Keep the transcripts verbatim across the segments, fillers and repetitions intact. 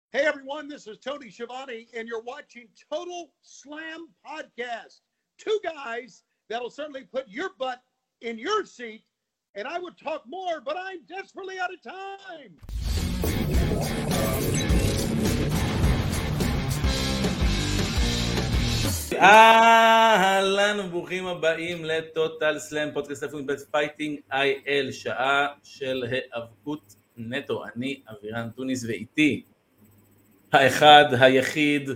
Hey everyone, this is Tony Schiavone, and you're watching Total Slam Podcast. Two guys that'll certainly put your butt in your seat, and I would talk more, but I'm desperately out of time. אהלן וברוכים הבאים לטוטל סלאם, פודקאסט רפואי בפייטינג איי אל, שעה של היאבקות נטו. אני אבירן טוניס, ואיתי האחד, היחיד,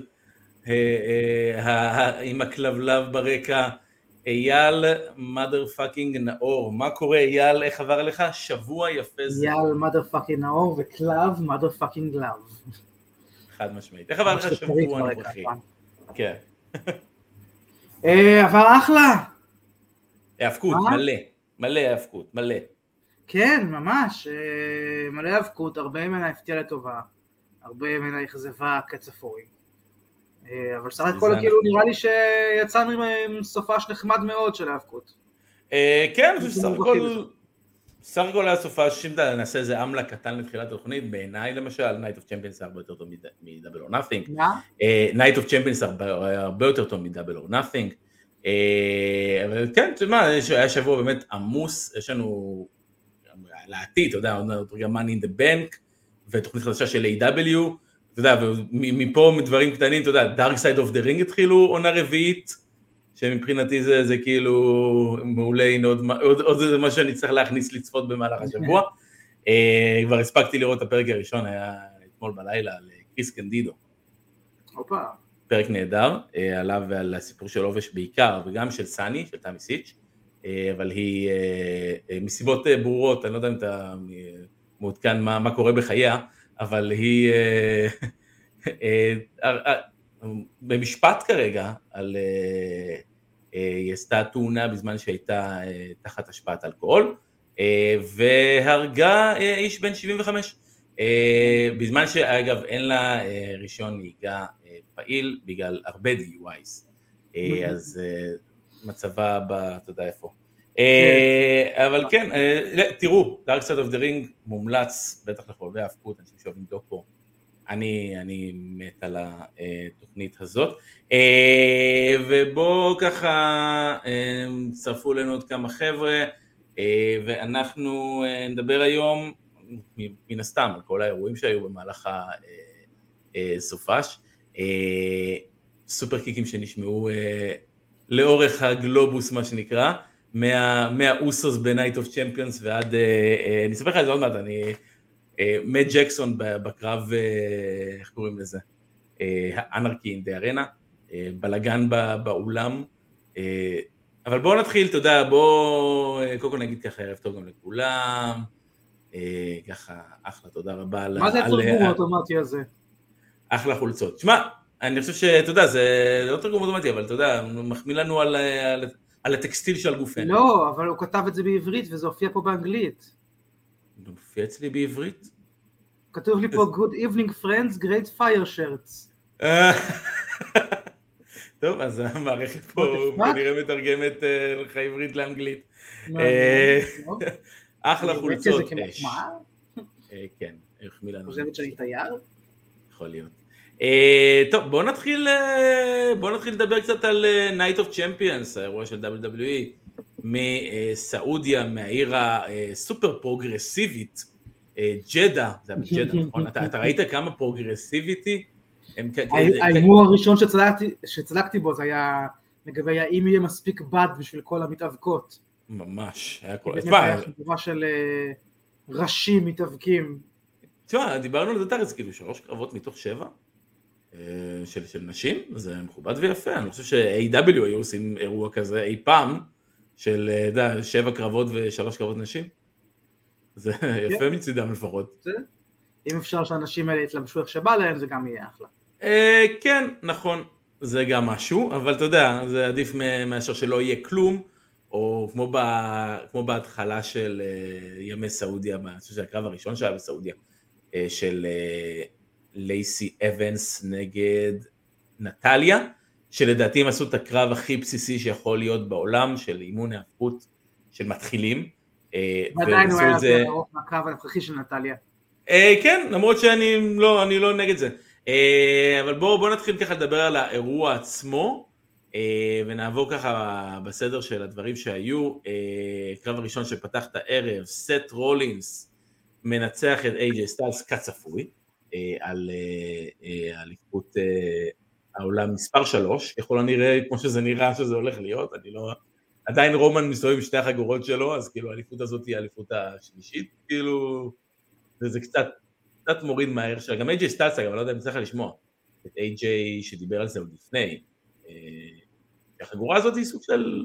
עם הכלבלב ברקע, אייל מדר פאקינג נאור. מה קורה אייל? איך עבר לך? שבוע יפה זה. אייל מדר פאקינג נאור וכלב מדר פאקינג לב. חד משמעית. איך עבר לך שבוע נוכחי? כן. עבר אחלה. היאבקות, מלא. מלא היאבקות, מלא. כן, ממש. מלא היאבקות, הרבה ממנה הפתיעה לטובה. הרבה ממנה אכזבה כצפוי. אבל סך הכל כאילו נראה לי שיצאנו עם סופש נחמד מאוד של ההאבקות. כן, סך הכל סך הכל היה סופש, אם נעשה איזה עמלה קטן לתחילת התוכנית, בעיניי למשל, Night of Champions הרבה יותר טוב מ-Double or Nothing. Night of Champions הרבה יותר טוב מ-Double or Nothing. אבל כן, אתה יודע, היה שבוע באמת עמוס, יש לנו לעתיד, אתה יודע, גם Money in the Bank, ותוכנית חדשה של איי דאבליו, אתה יודע, ומפה מדברים קטנים, אתה יודע, Dark Side of the Ring התחילו עונה רביעית, שמבחינתי זה, זה כאילו מעולה, הנה עוד, עוד, עוד מה שאני צריך להכניס לצפות במהלך השבוע. כבר הספקתי לראות את הפרק הראשון, היה אתמול בלילה, על קריס קנדידו. אופה. פרק נהדר, עליו ועל הסיפור של עובש בעיקר, וגם של סני, של תמי סיץ', אבל היא מסיבות ברורות, אני לא יודע אם אתה מעודכן מה, מה קורה בחייה, אבל היא במשפט כרגע, על, היא עשתה תאונה בזמן שהייתה תחת השפעת אלכוהול, והרגה איש בן שבעים וחמש, בזמן שאגב אין לה רישיון נהיגה פעיל, בגלל הרבה די יו אייז, אז מצבה ב... אתה יודע איפה. אבל כן, תראו, Dark Side of the Ring מומלץ, בטח לחובבי ההאבקות, אנשים שאוהבים דוקו, אני, אני מת על התוכנית הזאת, ובואו ככה, צרפו לנו עוד כמה חבר'ה, ואנחנו נדבר היום, מן הסתם, על כל האירועים שהיו במהלך הסופש, סופר קיקים שנשמעו לאורך הגלובוס, מה שנקרא, מהאוסוס בנייט אוף צ'מפיונס ועד, אני אספר לך את זה עוד מעט, אני, מאט ג'קסון בקרב, איך קוראים לזה, האנרקי אין דה ארנה, בלגן באולם, אבל בואו נתחיל, אתה יודע, בואו, קודם כל נגיד ככה, ערב טוב גם לכולם, ככה, אחלה, תודה רבה. מה זה התרגום האוטומטי הזה? אחלה חולצות. שמע, אני חושב שאתה יודע, זה לא תרגום אוטומטי, אבל אתה יודע, מחמיא לנו על, על, על הטקסטיל של גופנו. לא, אבל הוא כתב את זה בעברית, וזה הופיע פה באנגלית. זה מופיע אצלי בעברית? כתוב לי פה, Good evening friends, great fire shirts. טוב, אז המערכת פה כנראה מתרגמת לך עברית לאנגלית. אחלה חולצות. זה כמחמאה? כן, החמיא לנו. חושבת שאני תייר? יכול להיות. טוב, בואו נתחיל, בואו נתחיל לדבר קצת על Night of Champions, האירוע של דאבליו דאבליו אי, מסעודיה, מהעיר הסופר פרוגרסיבית, ג'דה, זה ג'דה, נכון? אתה ראית כמה פרוגרסיביטי? האימור הראשון שצדקתי בו, זה היה לגבי האם יהיה מספיק בד בשביל כל המתאבקות. ממש, היה כל... באמת היה חבורה של ראשים מתאבקים. תשמע, דיברנו על זה תרץ, כאילו שלוש קרבות מתוך שבע של, של נשים, זה מכובד ויפה. אני חושב ש-איי דאבליו היו עושים אירוע כזה אי פעם, של דה, שבע קרבות ושלוש קרבות נשים. זה יפה מצידם לפחות. אם אפשר שהאנשים האלה יתלבשו איך שבא להם, זה גם יהיה אחלה. כן, נכון, זה גם משהו, אבל אתה יודע, זה עדיף מאשר שלא יהיה כלום, או כמו, ב, כמו בהתחלה של ימי סעודיה, אני חושב שהקרב הראשון שהיה בסעודיה, של לייסי אבנס נגד נטליה, שלדעתי הם עשו את הקרב הכי בסיסי שיכול להיות בעולם, של אימון ההאבקות של מתחילים. ועדיין הוא היה יותר ארוך מהקרב הנוכחי של נטליה. כן, למרות שאני לא, אני לא נגד זה. אבל בואו בוא נתחיל ככה לדבר על האירוע עצמו, ונעבור ככה בסדר של הדברים שהיו. קרב הראשון שפתח את הערב, סט רולינס מנצח את איי ג'יי סטיילס כצפוי, על אליפות העולם מספר שלוש, ככל הנראה כמו שזה נראה שזה הולך להיות, אני לא... עדיין רומן מסתובב עם שתי החגורות שלו, אז כאילו האליפות הזאת היא האליפות השלישית, כאילו... זה קצת, קצת מוריד מהערך שלה, גם איי ג'יי סטיילס, אגב, אני לא יודע אם צריך לשמוע, את איי ג'יי שדיבר על זה עוד לפני, החגורה הזאת היא סוג של,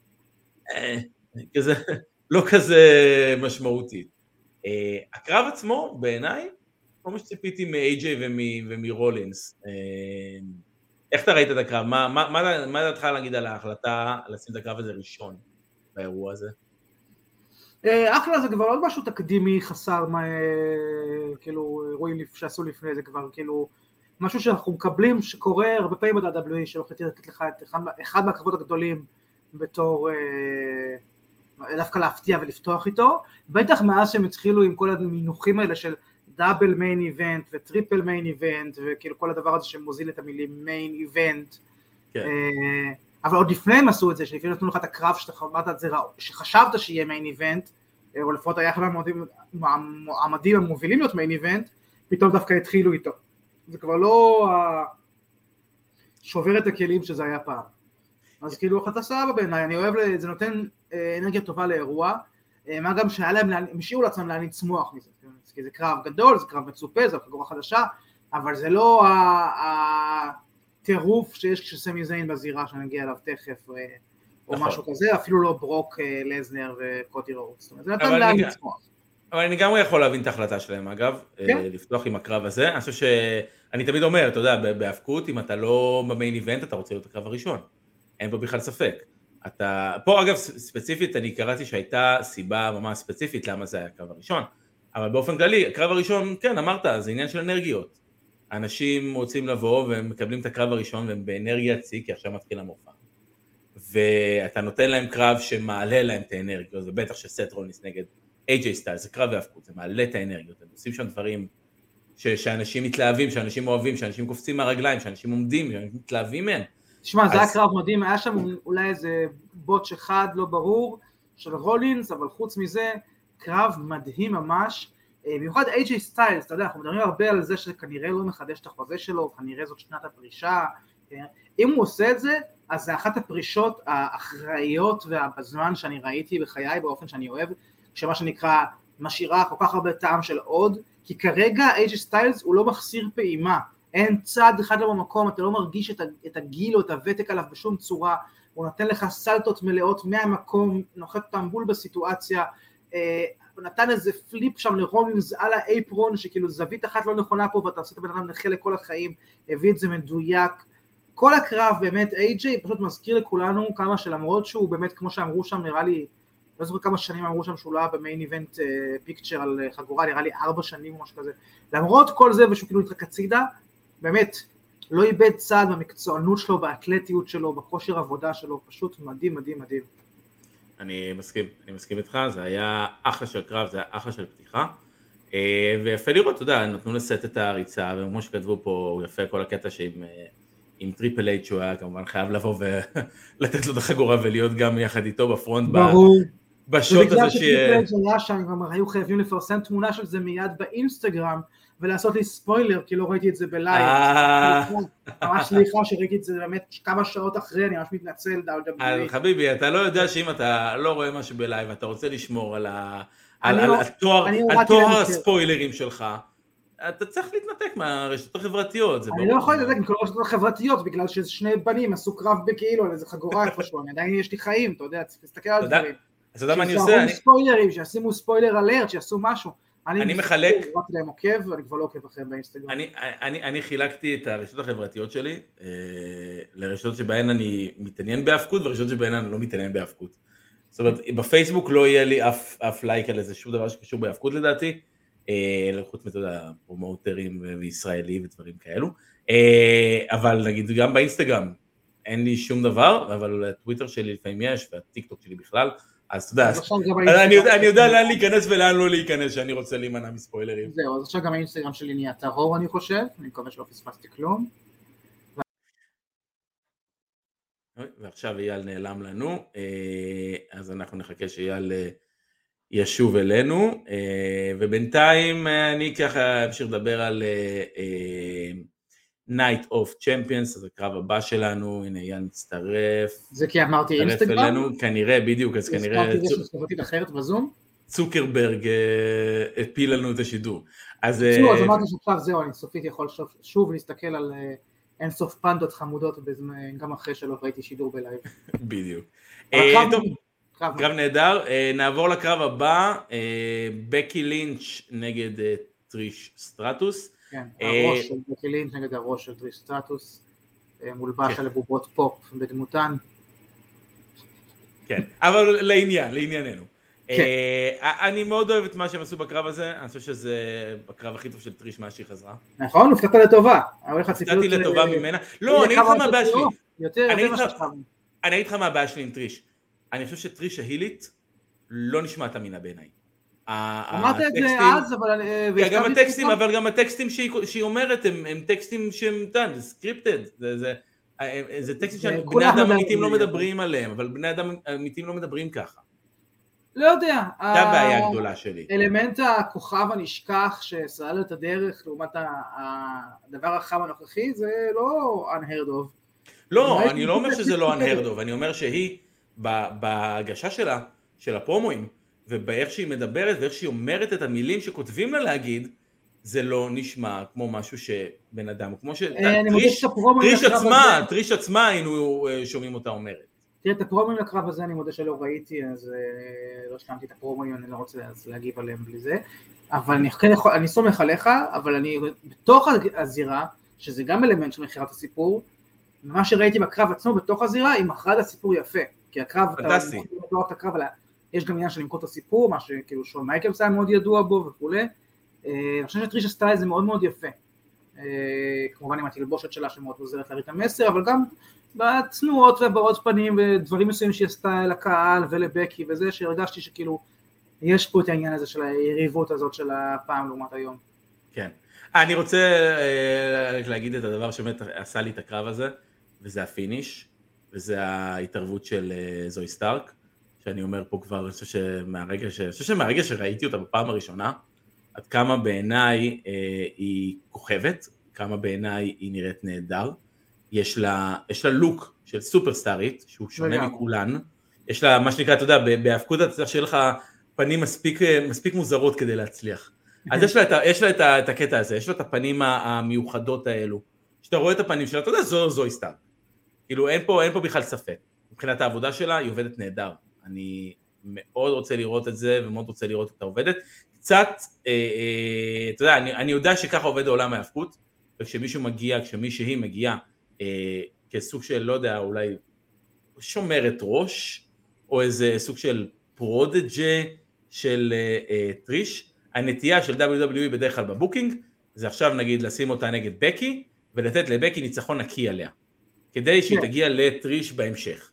כזה, לא כזה משמעותית. הקרב עצמו, בעיניי, כמו שציפיתי מ-איי ג'יי ומרולינס, איך אתה ראית את הקרב? מה, מה, מה, מה דעתך להגיד על ההחלטה לשים את הקרב הזה ראשון באירוע הזה? אחלה, זה כבר עוד משהו תקדימי חסר, כאילו, אירועים שעשו לפני, זה כבר כאילו, משהו שאנחנו מקבלים שקורה הרבה פעמים ב-דאבליו דאבליו אי, שלא חייתי לתת לך את אחד מהקרבות הגדולים בתור, דווקא להפתיע ולפתוח איתו, בטח מאז שהם התחילו עם כל המינוחים האלה של דאבל מיין איבנט וטריפל מיין איבנט, וכאילו כל הדבר הזה שמוזיל את המילים מיין איבנט, אבל עוד לפני הם עשו את זה, שלפני נתנו לך את הקרב שחשבת שיהיה מיין איבנט, או לפחות היה אחד המועמדים המובילים להיות מיין איבנט, פתאום דווקא התחילו איתו. זה כבר לא שובר את הכלים שזה היה פעם. אז כאילו החלטה סבבה בעיניי, אני אוהב, זה נותן אנרגיה טובה לאירוע, מה גם שהיה להם, הם השאירו לעצמם להניע צמוח מזה, כי זה קרב גדול, זה קרב מצופה, זה חגורה חדשה, אבל זה לא הטירוף שיש כשסמי זיין בזירה שנגיע אליו תכף, או משהו כזה, אפילו לא ברוק לזנר וקוטי רודס, זאת אומרת, זה נתן להניע צמוח. אבל אני גם יכול להבין את ההחלטה שלהם, אגב, לפתוח עם הקרב הזה. אני חושב שאני תמיד אומר, אתה יודע, בהפקות, אם אתה לא במיין איבנט, אתה רוצה להיות הקרב הראשון. אין פה בכלל ספק. אתה, פה אגב, ספציפית, אני קראתי שהייתה סיבה ממש ספציפית למה זה היה הקרב הראשון, אבל באופן כללי, הקרב הראשון, כן, אמרת, זה עניין של אנרגיות. אנשים רוצים לבוא והם מקבלים את הקרב הראשון והם באנרגיה צי, כי עכשיו מתחיל המופע. ואתה נותן להם קרב שמעלה להם את האנרגיות, ובטח שסט רולינס נגד איי ג'יי סטיילס, זה קרב והפקות, זה מעלה את האנרגיות, הם עושים שם דברים ש- שאנשים מתלהבים, שאנשים אוהבים, שאנשים קופצים מהרגליים, שאנשים עומדים, שאנשים מתלהבים מהם. תשמע, זה היה קרב מדהים, היה שם אולי איזה בוטש אחד לא ברור של רולינס, אבל חוץ מזה, קרב מדהים ממש, במיוחד איי ג'יי סטיילס, אתה יודע, אנחנו מדברים הרבה על זה שכנראה לא מחדש את החוזה שלו, כנראה זאת שנת הפרישה, אם הוא עושה את זה, אז זה אחת הפרישות האחראיות והבזמן שאני ראיתי בחיי, באופן שאני אוהב, שמה שנקרא משאירה כל כך הרבה טעם של עוד, כי כרגע איי ג'יי סטיילס הוא לא מחסיר פעימה, אין צד אחד לא במקום, אתה לא מרגיש את הגיל או את הוותק עליו בשום צורה, הוא נותן לך סלטות מלאות מהמקום, נוחת אותם בול בסיטואציה, הוא נתן איזה פליפ שם לרולינס על האייפרון, שכאילו זווית אחת לא נכונה פה, ואתה עושה את הבן אדם נכה לכל החיים, הביא את זה מדויק, כל הקרב באמת איי ג'יי פשוט מזכיר לכולנו כמה שלמרות שהוא באמת כמו שאמרו שם, נראה לי, לא זוכר כמה שנים אמרו שם שהוא לא היה במיין איבנט פיקצ'ר על חגורה, נראה לי ארבע שנים או משהו כזה, למרות כל זה ושהוא כאילו נתרק הצידה, באמת לא איבד צעד במקצוענות שלו, באתלטיות שלו, בכושר עבודה שלו, פשוט מדהים מדהים מדהים. אני מסכים, אני מסכים איתך, זה היה אחלה של קרב, זה היה אחלה של פתיחה, ויפה לראות, אתה יודע, נתנו לסט את הריצה, וכמו שכתבו פה, הוא יפה כל הקטע שעם עם טריפל אייץ' שהוא היה כמובן חייב לבוא ולתת לו את החגורה ולהיות גם יחד איתו בפרונט, ברור. בשוט הזה ש... ובגלל שטריפל אייץ' היה שם, הם היו חייבים לפרסם תמונה של זה מיד באינסטגרם, ולעשות לי ספוילר, כי לא ראיתי את זה בלייב. ממש סליחה שראיתי את זה באמת כמה שעות אחרי, אני ממש מתנצל. חביבי, אתה לא יודע שאם אתה לא רואה משהו בלייב, אתה רוצה לשמור על התואר הספוילרים שלך, אתה צריך להתנתק מהרשתות החברתיות. אני לא יכול להתנתק מכל הרשתות החברתיות, בגלל ששני בנים עשו קרב בכאילו, על איזה חגורה איפשהו, עדיין יש לי חיים, אתה יודע, צריך להסתכל על דברים. אתה יודע מה אני עושה? ספוילרים, שישימו ספוילר אלרט, שיעשו משהו. אני מחלק, רק להם עוקב, ואני כבר לא עוקב אחריהם באינסטגרם. אני חילקתי את הרשתות החברתיות שלי, לרשתות שבהן אני מתעניין בהפקות, ורשתות שבהן אני לא מתעניין בהפקות. זאת אומרת, בפייסבוק לא יהיה לי אף לייק על איזה שום דבר שקשור בהפקות לדעתי, חוץ מתודה פרומוטרים וישראלי ודברים כאלו, אבל נגיד גם באינסטגרם אין לי שום דבר, אבל הטוויטר שלי לפעמים יש, והטיקטוק שלי בכלל, אז אתה יודע, אני יודע לאן להיכנס ולאן לא להיכנס, שאני רוצה להימנע מספוילרים. זהו, אז עכשיו גם האינסטגרם שלי נהיה טהור, אני חושב, אני מקווה שלא פספסתי כלום. ועכשיו אייל נעלם לנו, אז אנחנו נחכה שאייל ישוב אלינו, ובינתיים אני ככה אמשיך לדבר על Night of Champions, אז הקרב הבא שלנו, הנה אייל מצטרף. זה כי אמרתי אינסטגרם? כנראה, בדיוק, אז כנראה... הזכרתי זה שסופתית אחרת בזום? צוקרברג הפיל לנו את השידור. אז אמרתי שעכשיו זהו, אני סופית יכול שוב להסתכל על אינסוף פנדות חמודות, גם אחרי שלא ראיתי שידור בלייב. בדיוק. טוב, קרב נהדר, נעבור לקרב הבא, בקי לינץ' נגד טריש סטרטוס. כן, הראש של בקי לינץ' נגד הראש של טריש סטרטוס, מולבש על בובות פופ בדמותן. כן, אבל לעניין, לענייננו. אני מאוד אוהב את מה שהם עשו בקרב הזה, אני חושב שזה הקרב הכי טוב של טריש מאז שהיא חזרה. נכון, הופתעת לטובה. הופתעתי לטובה ממנה. לא, אני אגיד לך מה הבעיה שלי. אני אגיד לך מה הבעיה שלי עם טריש. אני חושב שטריש ההילית לא נשמעת אמינה בעיניי. אמרת את זה אז, אבל... גם הטקסטים, אבל גם הטקסטים שהיא אומרת הם טקסטים שהם סקריפטד. זה טקסטים שבני אדם אמיתיים לא מדברים עליהם, אבל בני אדם אמיתיים לא מדברים ככה. לא יודע. זה הבעיה הגדולה שלי. אלמנט הכוכב הנשכח שסלל את הדרך לעומת הדבר החם הנוכחי, זה לא unheard of. לא, אני לא אומר שזה לא unheard of, אני אומר שהיא, בהגשה שלה, של הפרומואים, ובאיך שהיא מדברת ואיך שהיא אומרת את המילים שכותבים לה להגיד, זה לא נשמע כמו משהו שבן אדם, כמו ש... טריש עצמה, טריש עצמה היינו שומעים אותה אומרת. תראה, את הפרומואים לקרב הזה אני מודה שלא ראיתי, אז לא השלמתי את הפרומואים, אני לא רוצה להגיב עליהם בלי זה, אבל אני סומך עליך, אבל אני בתוך הזירה, שזה גם אלמנט של מכירת הסיפור, מה שראיתי בקרב עצמו בתוך הזירה, היא מכרה את הסיפור יפה, כי הקרב, לא רק את הקרב, אלא יש גם עניין של למכור את הסיפור, מה שכאילו שון מייקלס היה מאוד ידוע בו וכו'. אני חושב שטריש עשתה את זה מאוד מאוד יפה, כמובן עם התלבושת שלה שמאוד עוזרת להביא את המסר, אבל גם בצנועות ובאות פנים ודברים מסוימים שהיא עשתה לקהל ולבקי וזה, שהרגשתי שכאילו יש פה את העניין הזה של היריבות הזאת של הפעם לעומת היום. כן, אני רוצה להגיד את הדבר שבאמת עשה לי את הקרב הזה, וזה הפיניש, וזה ההתערבות של זוי סטארק, שאני אומר פה כבר, אני חושב שמהרגע, ש... אני חושב שמהרגע שראיתי אותה בפעם הראשונה, עד כמה בעיניי אה, היא כוכבת, כמה בעיניי היא נראית נהדר, יש לה, יש לה לוק של סופרסטארית, שהוא שונה מכולן, יש לה מה שנקרא, אתה יודע, בהאבקות אתה צריך שיהיה לך פנים מספיק, מספיק מוזרות כדי להצליח, אז יש לה, את, יש לה את, את הקטע הזה, יש לה את הפנים המיוחדות האלו, שאתה רואה את הפנים שלה, אתה יודע, זו זוי סטארק, כאילו אין פה, אין פה בכלל ספק, מבחינת העבודה שלה היא עובדת נהדר, אני מאוד רוצה לראות את זה, ומאוד רוצה לראות את העובדת, קצת, אה, אה, אתה יודע, אני, אני יודע שככה עובד העולם ההאבקות, וכשמישהו מגיע, כשמישהי מגיעה, אה, כסוג של, לא יודע, אולי שומרת ראש, או איזה סוג של פרודג'ה של אה, אה, טריש, הנטייה של דאבליו דאבליו אי בדרך כלל בבוקינג, זה עכשיו נגיד לשים אותה נגד בקי, ולתת לבקי ניצחון נקי עליה, כדי שהיא תגיע לטריש בהמשך.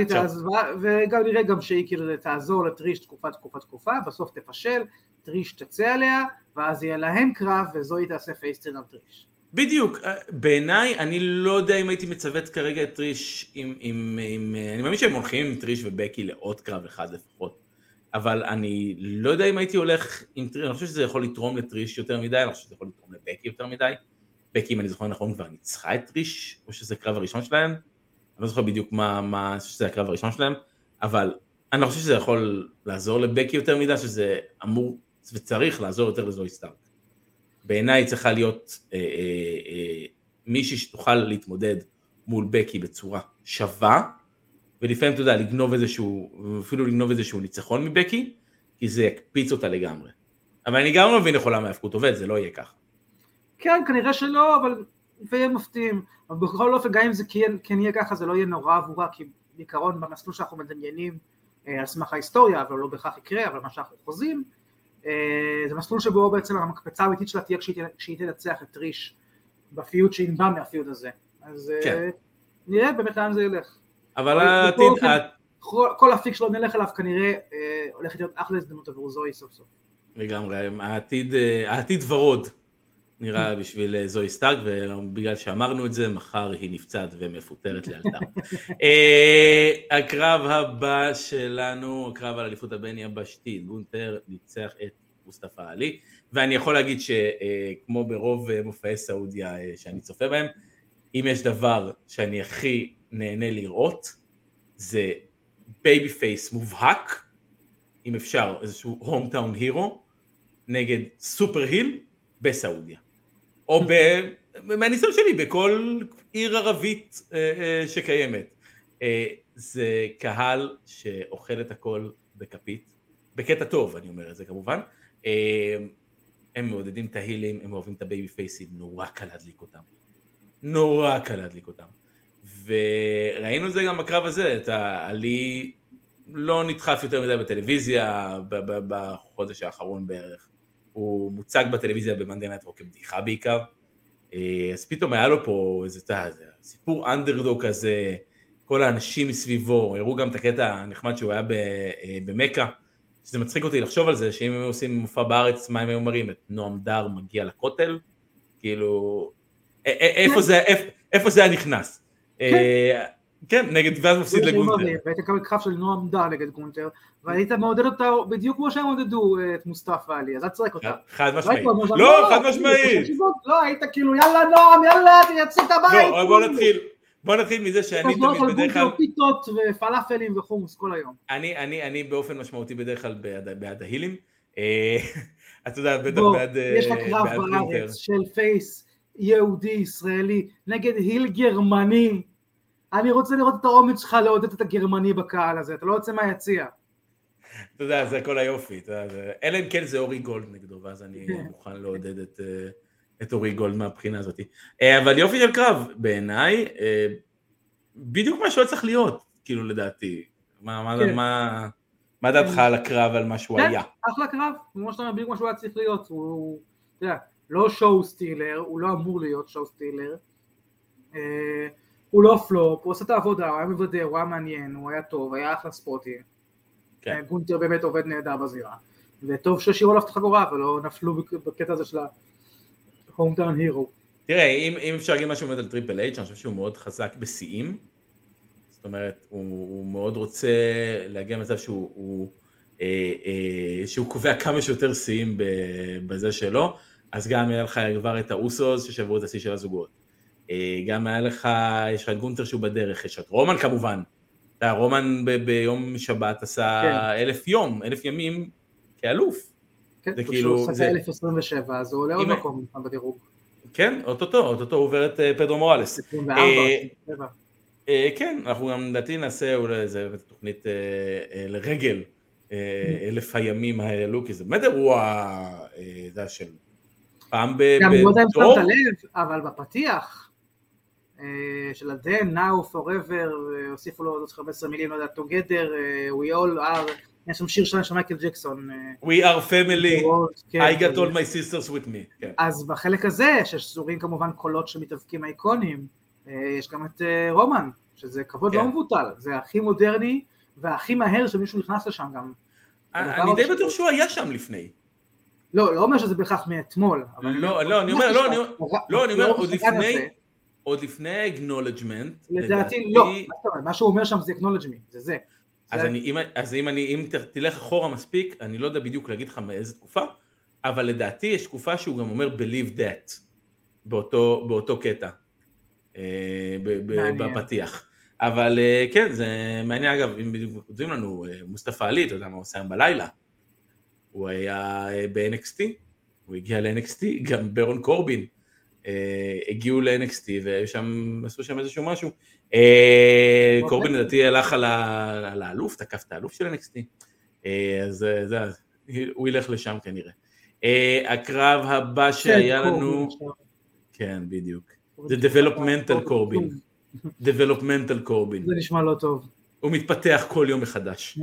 וגם נראה גם שהיא כאילו תעזור לטריש תקופה תקופה תקופה, בסוף תפשל, טריש תצא עליה, ואז יהיה להם קרב, וזוהי תעשה פייסטרן על טריש. בדיוק, בעיניי, אני לא יודע אם הייתי מצוות כרגע את טריש, עם, עם, עם, אני מאמין שהם הולכים עם טריש ובקי לעוד קרב אחד לפחות, אבל אני לא יודע אם הייתי הולך עם טריש, אני חושב שזה יכול לתרום לטריש יותר מדי, אני חושב שזה יכול לתרום לבקי יותר מדי, בקי, אם אני זוכר נכון, כבר ניצחה את טריש, או שזה הקרב הראשון שלהם, אני לא זוכר בדיוק מה, מה שזה הקרב הראשון שלהם, אבל אני לא חושב שזה יכול לעזור לבקי יותר מדי, שזה אמור וצריך לעזור יותר לזוי סטארק. בעיניי צריכה להיות אה, אה, אה, מישהי שתוכל להתמודד מול בקי בצורה שווה, ולפעמים אתה יודע, לגנוב איזשהו, אפילו לגנוב איזשהו ניצחון מבקי, כי זה יקפיץ אותה לגמרי. אבל אני גם לא מבין איך עולם ההאבקות עובד, זה לא יהיה ככה. כן, כנראה שלא, אבל יהיה מפתיעים. אבל בכל אופן, גם אם זה כן, כן יהיה ככה, זה לא יהיה נורא עבורה, כי בעיקרון במסלול שאנחנו מדמיינים אה, על סמך ההיסטוריה, אבל לא בכך יקרה, אבל מה שאנחנו חוזים, אה, זה מסלול שבו בעצם המקפצה האמיתית שלה תהיה כשהיא, כשהיא תנצח את טריש, בפיוט שינבע מהפיוט הזה. אז כן. אה, נראה באמת לאן זה ילך. אבל העתיד, כל הפיק שלו נלך עליו כנראה הולך להיות אחלה הזדמנות עבור זוי סוף סוף. לגמרי, העתיד, העתיד ורוד נראה בשביל זוי סטארק, ובגלל שאמרנו את זה, מחר היא נפצעת ומפוטרת לאלתר. הקרב הבא שלנו, הקרב על אליפות הבין יבשתית, גונטר ניצח את מוסטפא עלי, ואני יכול להגיד שכמו ברוב מופעי סעודיה שאני צופה בהם, אם יש דבר שאני הכי נהנה לראות, זה בייבי פייס מובהק, אם אפשר, איזשהו הום-טאון הירו, נגד סופר היל בסעודיה. או מהניסיון שלי, בכל עיר ערבית שקיימת. זה קהל שאוכל את הכל בכפית, בקטע טוב, אני אומר את זה כמובן. הם מעודדים את ההילים, הם אוהבים את הבייבי פייסים, נורא קל להדליק אותם. נורא קל להדליק אותם. וראינו את זה גם בקרב הזה, את העלי לא נדחף יותר מדי בטלוויזיה, בחודש האחרון בערך. הוא מוצג בטלוויזיה במנדי נייט רו כבדיחה בעיקר. אז פתאום היה לו פה איזה סיפור אנדרדוג כזה, כל האנשים מסביבו, הראו גם את הקטע הנחמד שהוא היה במקה, שזה מצחיק אותי לחשוב על זה, שאם הם עושים מופע בארץ, מה הם היו מראים? את נועם דר מגיע לכותל, כאילו, איפה זה היה נכנס? כן, נגד, ואז מפסיד לגונטר. והיית קבל קרב של נועם דר נגד גונטר, והיית מעודד אותה בדיוק כמו שהם עודדו את מוסטפא עלי, אז את צרק אותה. חד משמעית. לא, חד משמעית. לא, היית כאילו, יאללה נועם, יאללה, תייצא את הבית. לא, בוא נתחיל. בוא נתחיל מזה שאני תמיד בדרך כלל... פיתות ופלאפלים וחומוס כל היום. אני, אני, אני באופן משמעותי בדרך כלל בעד ההילים. אתה יודע, בטח בעד... יש לך קרב בארץ של פייס יהודי ישראלי נגד היל גרמני. אני רוצה לראות את האומץ שלך לעודד את הגרמני בקהל הזה, אתה לא יוצא מהיציע. אתה יודע, זה כל היופי. אלא אם כן זה אורי גולד נגדו, ואז אני מוכן לעודד את... את אורי גולד מהבחינה הזאת. אבל יופי של קרב, בעיניי, בדיוק מה שהוא צריך להיות, כאילו לדעתי. מה דעתך על הקרב, על מה שהוא היה? אחלה קרב, כמו שאתה אומר, בדיוק מה שהוא היה צריך להיות. הוא, אתה יודע, לא שואו סטילר, הוא לא אמור להיות שואו סטילר. הוא לא פלופ, הוא עושה את העבודה, הוא היה מבדר, הוא היה מעניין, הוא היה טוב, היה אחלה ספוטים. גונטר באמת עובד נהדר בזירה. וטוב ששירו עליו את החגורה, ולא נפלו בקטע הזה של ה... הום-טאון הירו. תראה, אם, אם אפשר להגיד משהו על טריפל אייץ', אני חושב שהוא מאוד חזק בשיאים, זאת אומרת, הוא, הוא מאוד רוצה להגיע למצב שהוא, הוא, אה, אה, שהוא קובע כמה שיותר שיאים בזה שלו, אז גם היה לך כבר את האוסוס ששברו את השיא של הזוגות, אה, גם היה לך, יש לך את גונטר שהוא בדרך, יש את רומן כמובן, רומן ב, ביום שבת עשה כן. אלף יום, אלף ימים כאלוף, כן, זה כאילו, זה אלף עשרים ושבע, אז הוא עולה עוד מקום בדירוג. כן, אוטוטו, אוטוטו הוא עובר את פדרו מוראלס. עשרים וארבע, עשרים ושבע. כן, אנחנו גם לדעתי נעשה אולי איזה תוכנית לרגל אלף הימים האלו, כי זה באמת אירוע, זה של פעם בדור. גם לא יודע אם שמת לב, אבל בפתיח של הדן, now, forever, הוסיפו לו עוד חמש עשרה מילים, לא יודע, together, we all are... יש שם שיר שלנו של מייקל ג'קסון. We are family, I got all my sisters with me. אז בחלק הזה, ששזורים כמובן קולות שמתאבקים האיקונים, יש גם את רומן, שזה כבוד לא מבוטל, זה הכי מודרני, והכי מהר שמישהו נכנס לשם גם. אני די בטוח שהוא היה שם לפני. לא, לא אומר שזה בהכרח מאתמול. לא, לא, אני אומר, לא, אני אומר, עוד לפני, עוד לפני ה-acknowledgement. לדעתי, לא, מה שהוא אומר שם זה acknowledgement, זה זה. אז אני, אם, אז אם אני, אם תלך אחורה מספיק, אני לא יודע בדיוק להגיד לך מאיזה תקופה, אבל לדעתי יש תקופה שהוא גם אומר believe that, באותו, באותו קטע, בפתיח. אבל כן, זה מעניין אגב, אם בדיוק כותבים לנו, מוסטפא עלי, אתה יודע מה הוא עושה היום בלילה, הוא היה ב-אן אקס טי, הוא הגיע ל-אן אקס טי, גם ברון קורבין, הגיעו ל-אן אקס טי, ועשו שם איזשהו משהו, קורבין לדעתי הלך על האלוף, תקף את האלוף של אן אקס טי, אז הוא ילך לשם כנראה. הקרב הבא שהיה לנו, כן בדיוק, זה developmental קורבין, developmental קורבין. זה נשמע לא טוב. הוא מתפתח כל יום מחדש.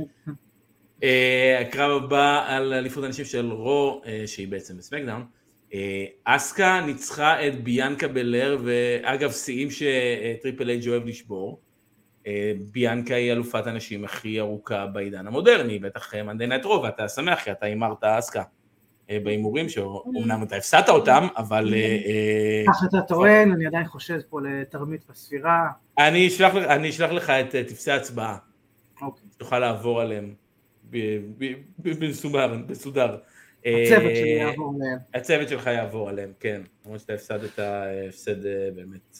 הקרב הבא על אליפות הנשים של רו, שהיא בעצם בסמקדאון, אסקה ניצחה את ביאנקה בלר, ואגב שיאים שטריפל אייג' אוהב לשבור, ביאנקה היא אלופת הנשים הכי ארוכה בעידן המודרני, בטח מנדי נייט רו, ואתה שמח כי אתה הימרת אסקה בהימורים, שאומנם אתה הפסדת אותם, אבל... כך אתה טוען, אני עדיין חושב פה לתרמית בספירה. אני אשלח לך את תפסי ההצבעה, שתוכל לעבור עליהם בסודר. הצוות שלי יעבור עליהם. הצוות שלך יעבור עליהם, כן. למרות שאתה הפסדת הפסד באמת.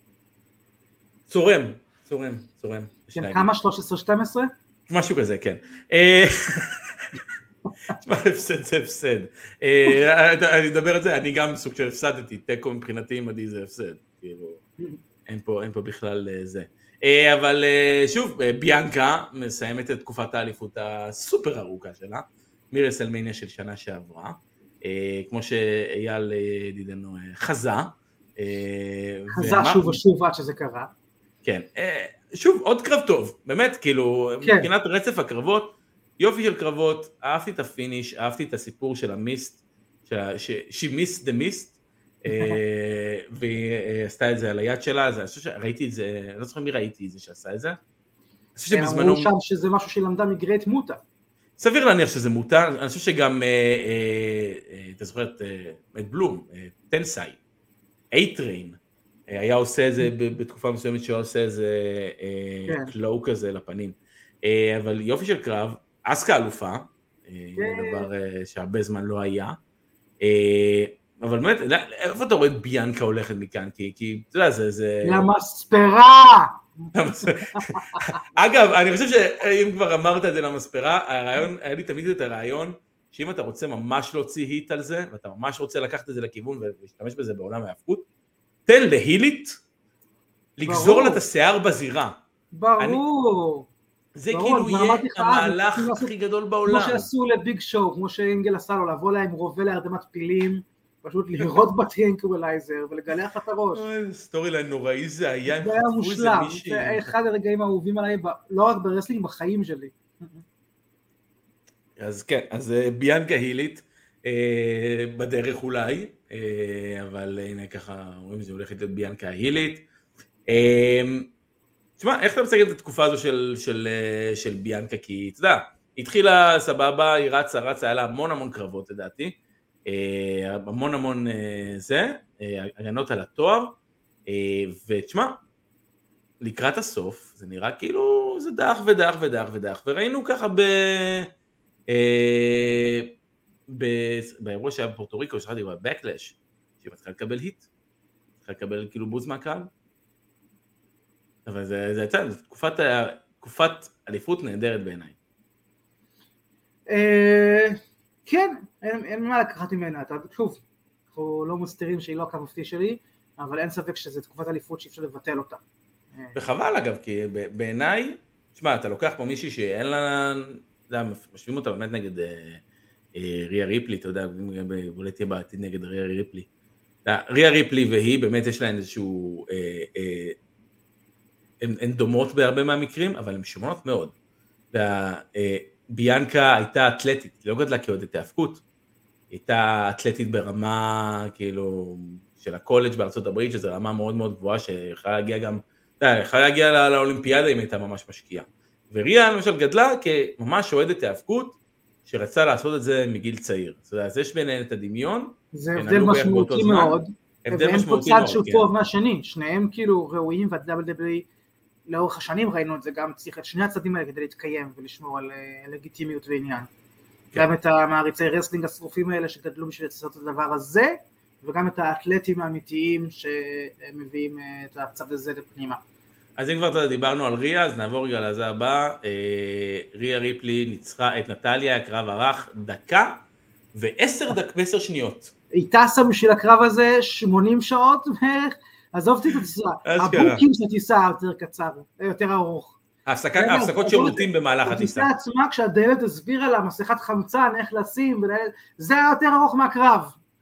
צורם, צורם, צורם. כמה? שלוש עשרה שתים עשרה? משהו כזה, כן. הפסד זה הפסד. אני אדבר על זה, אני גם סוג של הפסדתי, טקו מבחינתי מדי זה הפסד. אין פה בכלל זה. אבל שוב, ביאנקה מסיימת את תקופת האליפות הסופר ארוכה שלה, מרסלמניה של שנה שעברה, כמו שאייל ידידנו חזה. חזה שוב ושוב עד שזה קרה. כן, שוב, עוד קרב טוב, באמת, כאילו, מבחינת רצף הקרבות, יופי של קרבות, אהבתי את הפיניש, אהבתי את הסיפור של המיסט, שהיא מיסט דה מיסט, והיא עשתה את זה על היד שלה, אני חושב שראיתי את זה, אני לא זוכר מי ראיתי את זה שעשה את זה. אמרו שם שזה משהו שלמדה מגרייט מוטה. סביר להניח שזה מוטה, אני חושב שגם, אתה זוכר את בלום, טנסאי, אייטריין, היה עושה את זה בתקופה מסוימת שהוא עושה איזה קלואו כזה לפנים. אבל יופי של קרב, אסקה אלופה, דבר שהרבה זמן לא היה. אבל באמת, איפה אתה רואה את ביאנקה הולכת מכאן? כי, אתה יודע, זה... למספרה! אגב, אני חושב שאם כבר אמרת את זה למספרה, הרעיון, היה לי תמיד את הרעיון, שאם אתה רוצה ממש להוציא היט על זה, ואתה ממש רוצה לקחת את זה לכיוון ולהשתמש בזה בעולם ההפקות, תן להילית לגזור לה את השיער בזירה. ברור. זה כאילו יהיה המהלך הכי גדול בעולם. כמו שעשו לביג שואו, כמו שאינגל עשה לו, לבוא להם רובה להרדמת פילים, פשוט לירות בטרינקווילייזר ולגלח את הראש. סטורי ליין נוראי זה היה. זה היה מושלם, זה אחד הרגעים האהובים עליי, לא רק ברסלינג, בחיים שלי. אז כן, אז ביאנקה הילית, בדרך אולי, אבל הנה ככה רואים שזה הולכת להיות ביאנקה הילית. תשמע, איך אתה מסגר את התקופה הזו של, של, של ביאנקה? כי אתה יודע, התחילה סבבה, היא רצה, רצה, היה לה המון המון קרבות לדעתי, המון המון זה, הגנות על התואר, ותשמע, לקראת הסוף, זה נראה כאילו זה דח ודח ודח ודח, וראינו ככה ב... באירוע שהיה בפורטוריקו, שחרתי בבקלש, שהיא מתחילה לקבל היט, מתחילה לקבל כאילו בוז מהקהל, אבל זה, זה יצא, זו תקופת, תקופת אליפות נהדרת בעיניי. כן, אין מה לקחת ממנה, שוב, אנחנו לא מסתירים שהיא לא הכמפתי שלי, אבל אין ספק שזו תקופת אליפות שאי אפשר לבטל אותה. וחבל אגב, כי בעיניי, תשמע, אתה לוקח פה מישהי שאין לה, אתה יודע, משווים אותה באמת נגד ריה ריפלי, אתה יודע, אולי תהיה בעתיד נגד ריה ריפלי. ריה ריפלי והיא, באמת יש להן איזשהו... הן דומות בהרבה מהמקרים, אבל הן שונות מאוד. ביאנקה הייתה אתלטית, היא לא גדלה כעודדת ההפקות, היא הייתה אתלטית ברמה, כאילו, של הקולג' בארצות הברית, שזו רמה מאוד מאוד גבוהה, שיכולה להגיע גם, יכולה להגיע לאולימפיאדה אם הייתה ממש משקיעה. וריה, למשל, גדלה כממש אוהדת ההפקות, שרצה לעשות את זה מגיל צעיר. זאת אומרת, אז יש ביניהן את הדמיון. זה הבדל משמעותי מאוד. הבדל משמעותי מאוד, כן. והם פה צד שהוא טוב מהשני, שניהם כאילו ראויים, וה-דאבליו דאבליו אי לאורך השנים ראינו את זה, גם צריך את שני הצדדים האלה כדי להתקיים ולשמור על לגיטימיות ועניין. גם את המעריצי רסלינג השרופים האלה שגדלו בשביל לעשות את הדבר הזה, וגם את האתלטים האמיתיים שמביאים את הצד הזה לפנימה. אז אם כבר דיברנו על ריה, אז נעבור רגע לזה הבא. ריה ריפלי ניצחה את נטליה, הקרב ארך דקה ועשר דק ועשר שניות. היא טסה בשביל הקרב הזה שמונים שעות בערך, עזובתי את הטיסה, הבוקים של הטיסה יותר קצר, יותר ארוך. ההפסקות שירותים במהלך הטיסה. הטיסה עצמה, כשהדיילת הסבירה לה מסכת חמצן, איך לשים, זה היה יותר ארוך מהקרב.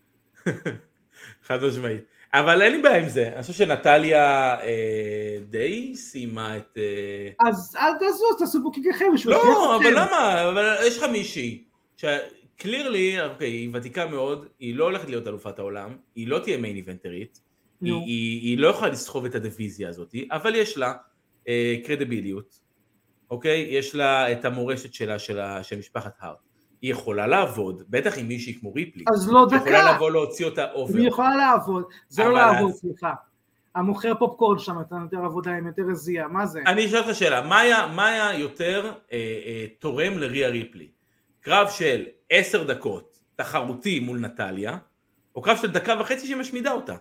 חד משמעית. אבל אין לי בעיה עם זה, אני חושב שנטליה די סיימה את... אז אל תעשו, תעשו בוקים לכם. לא, אבל למה? אבל יש לך מישהי, שקלירלי, היא ותיקה מאוד, היא לא הולכת להיות אלופת העולם, היא לא תהיה מיין איבנטרית, היא, היא, היא לא יכולה לסחוב את הדיוויזיה הזאת, אבל יש לה קרדיביליות, אוקיי? יש לה את המורשת שלה, של משפחת הארט. היא יכולה לעבוד, בטח עם מישהי כמו ריפלי. אז לא דקה. יכולה לבוא להוציא אותה אובר. היא יכולה לעבוד, זה לא לעבוד, סליחה. המוכר פופקורן שם, אתה יותר עבודה עם יותר רזייה, מה זה? אני אשאל אותך שאלה, מה היה, מה היה יותר אה, אה, תורם לריה ריפלי? קרב של עשר דקות תחרותי מול נטליה, או קרב של דקה וחצי שמשמידה אותה?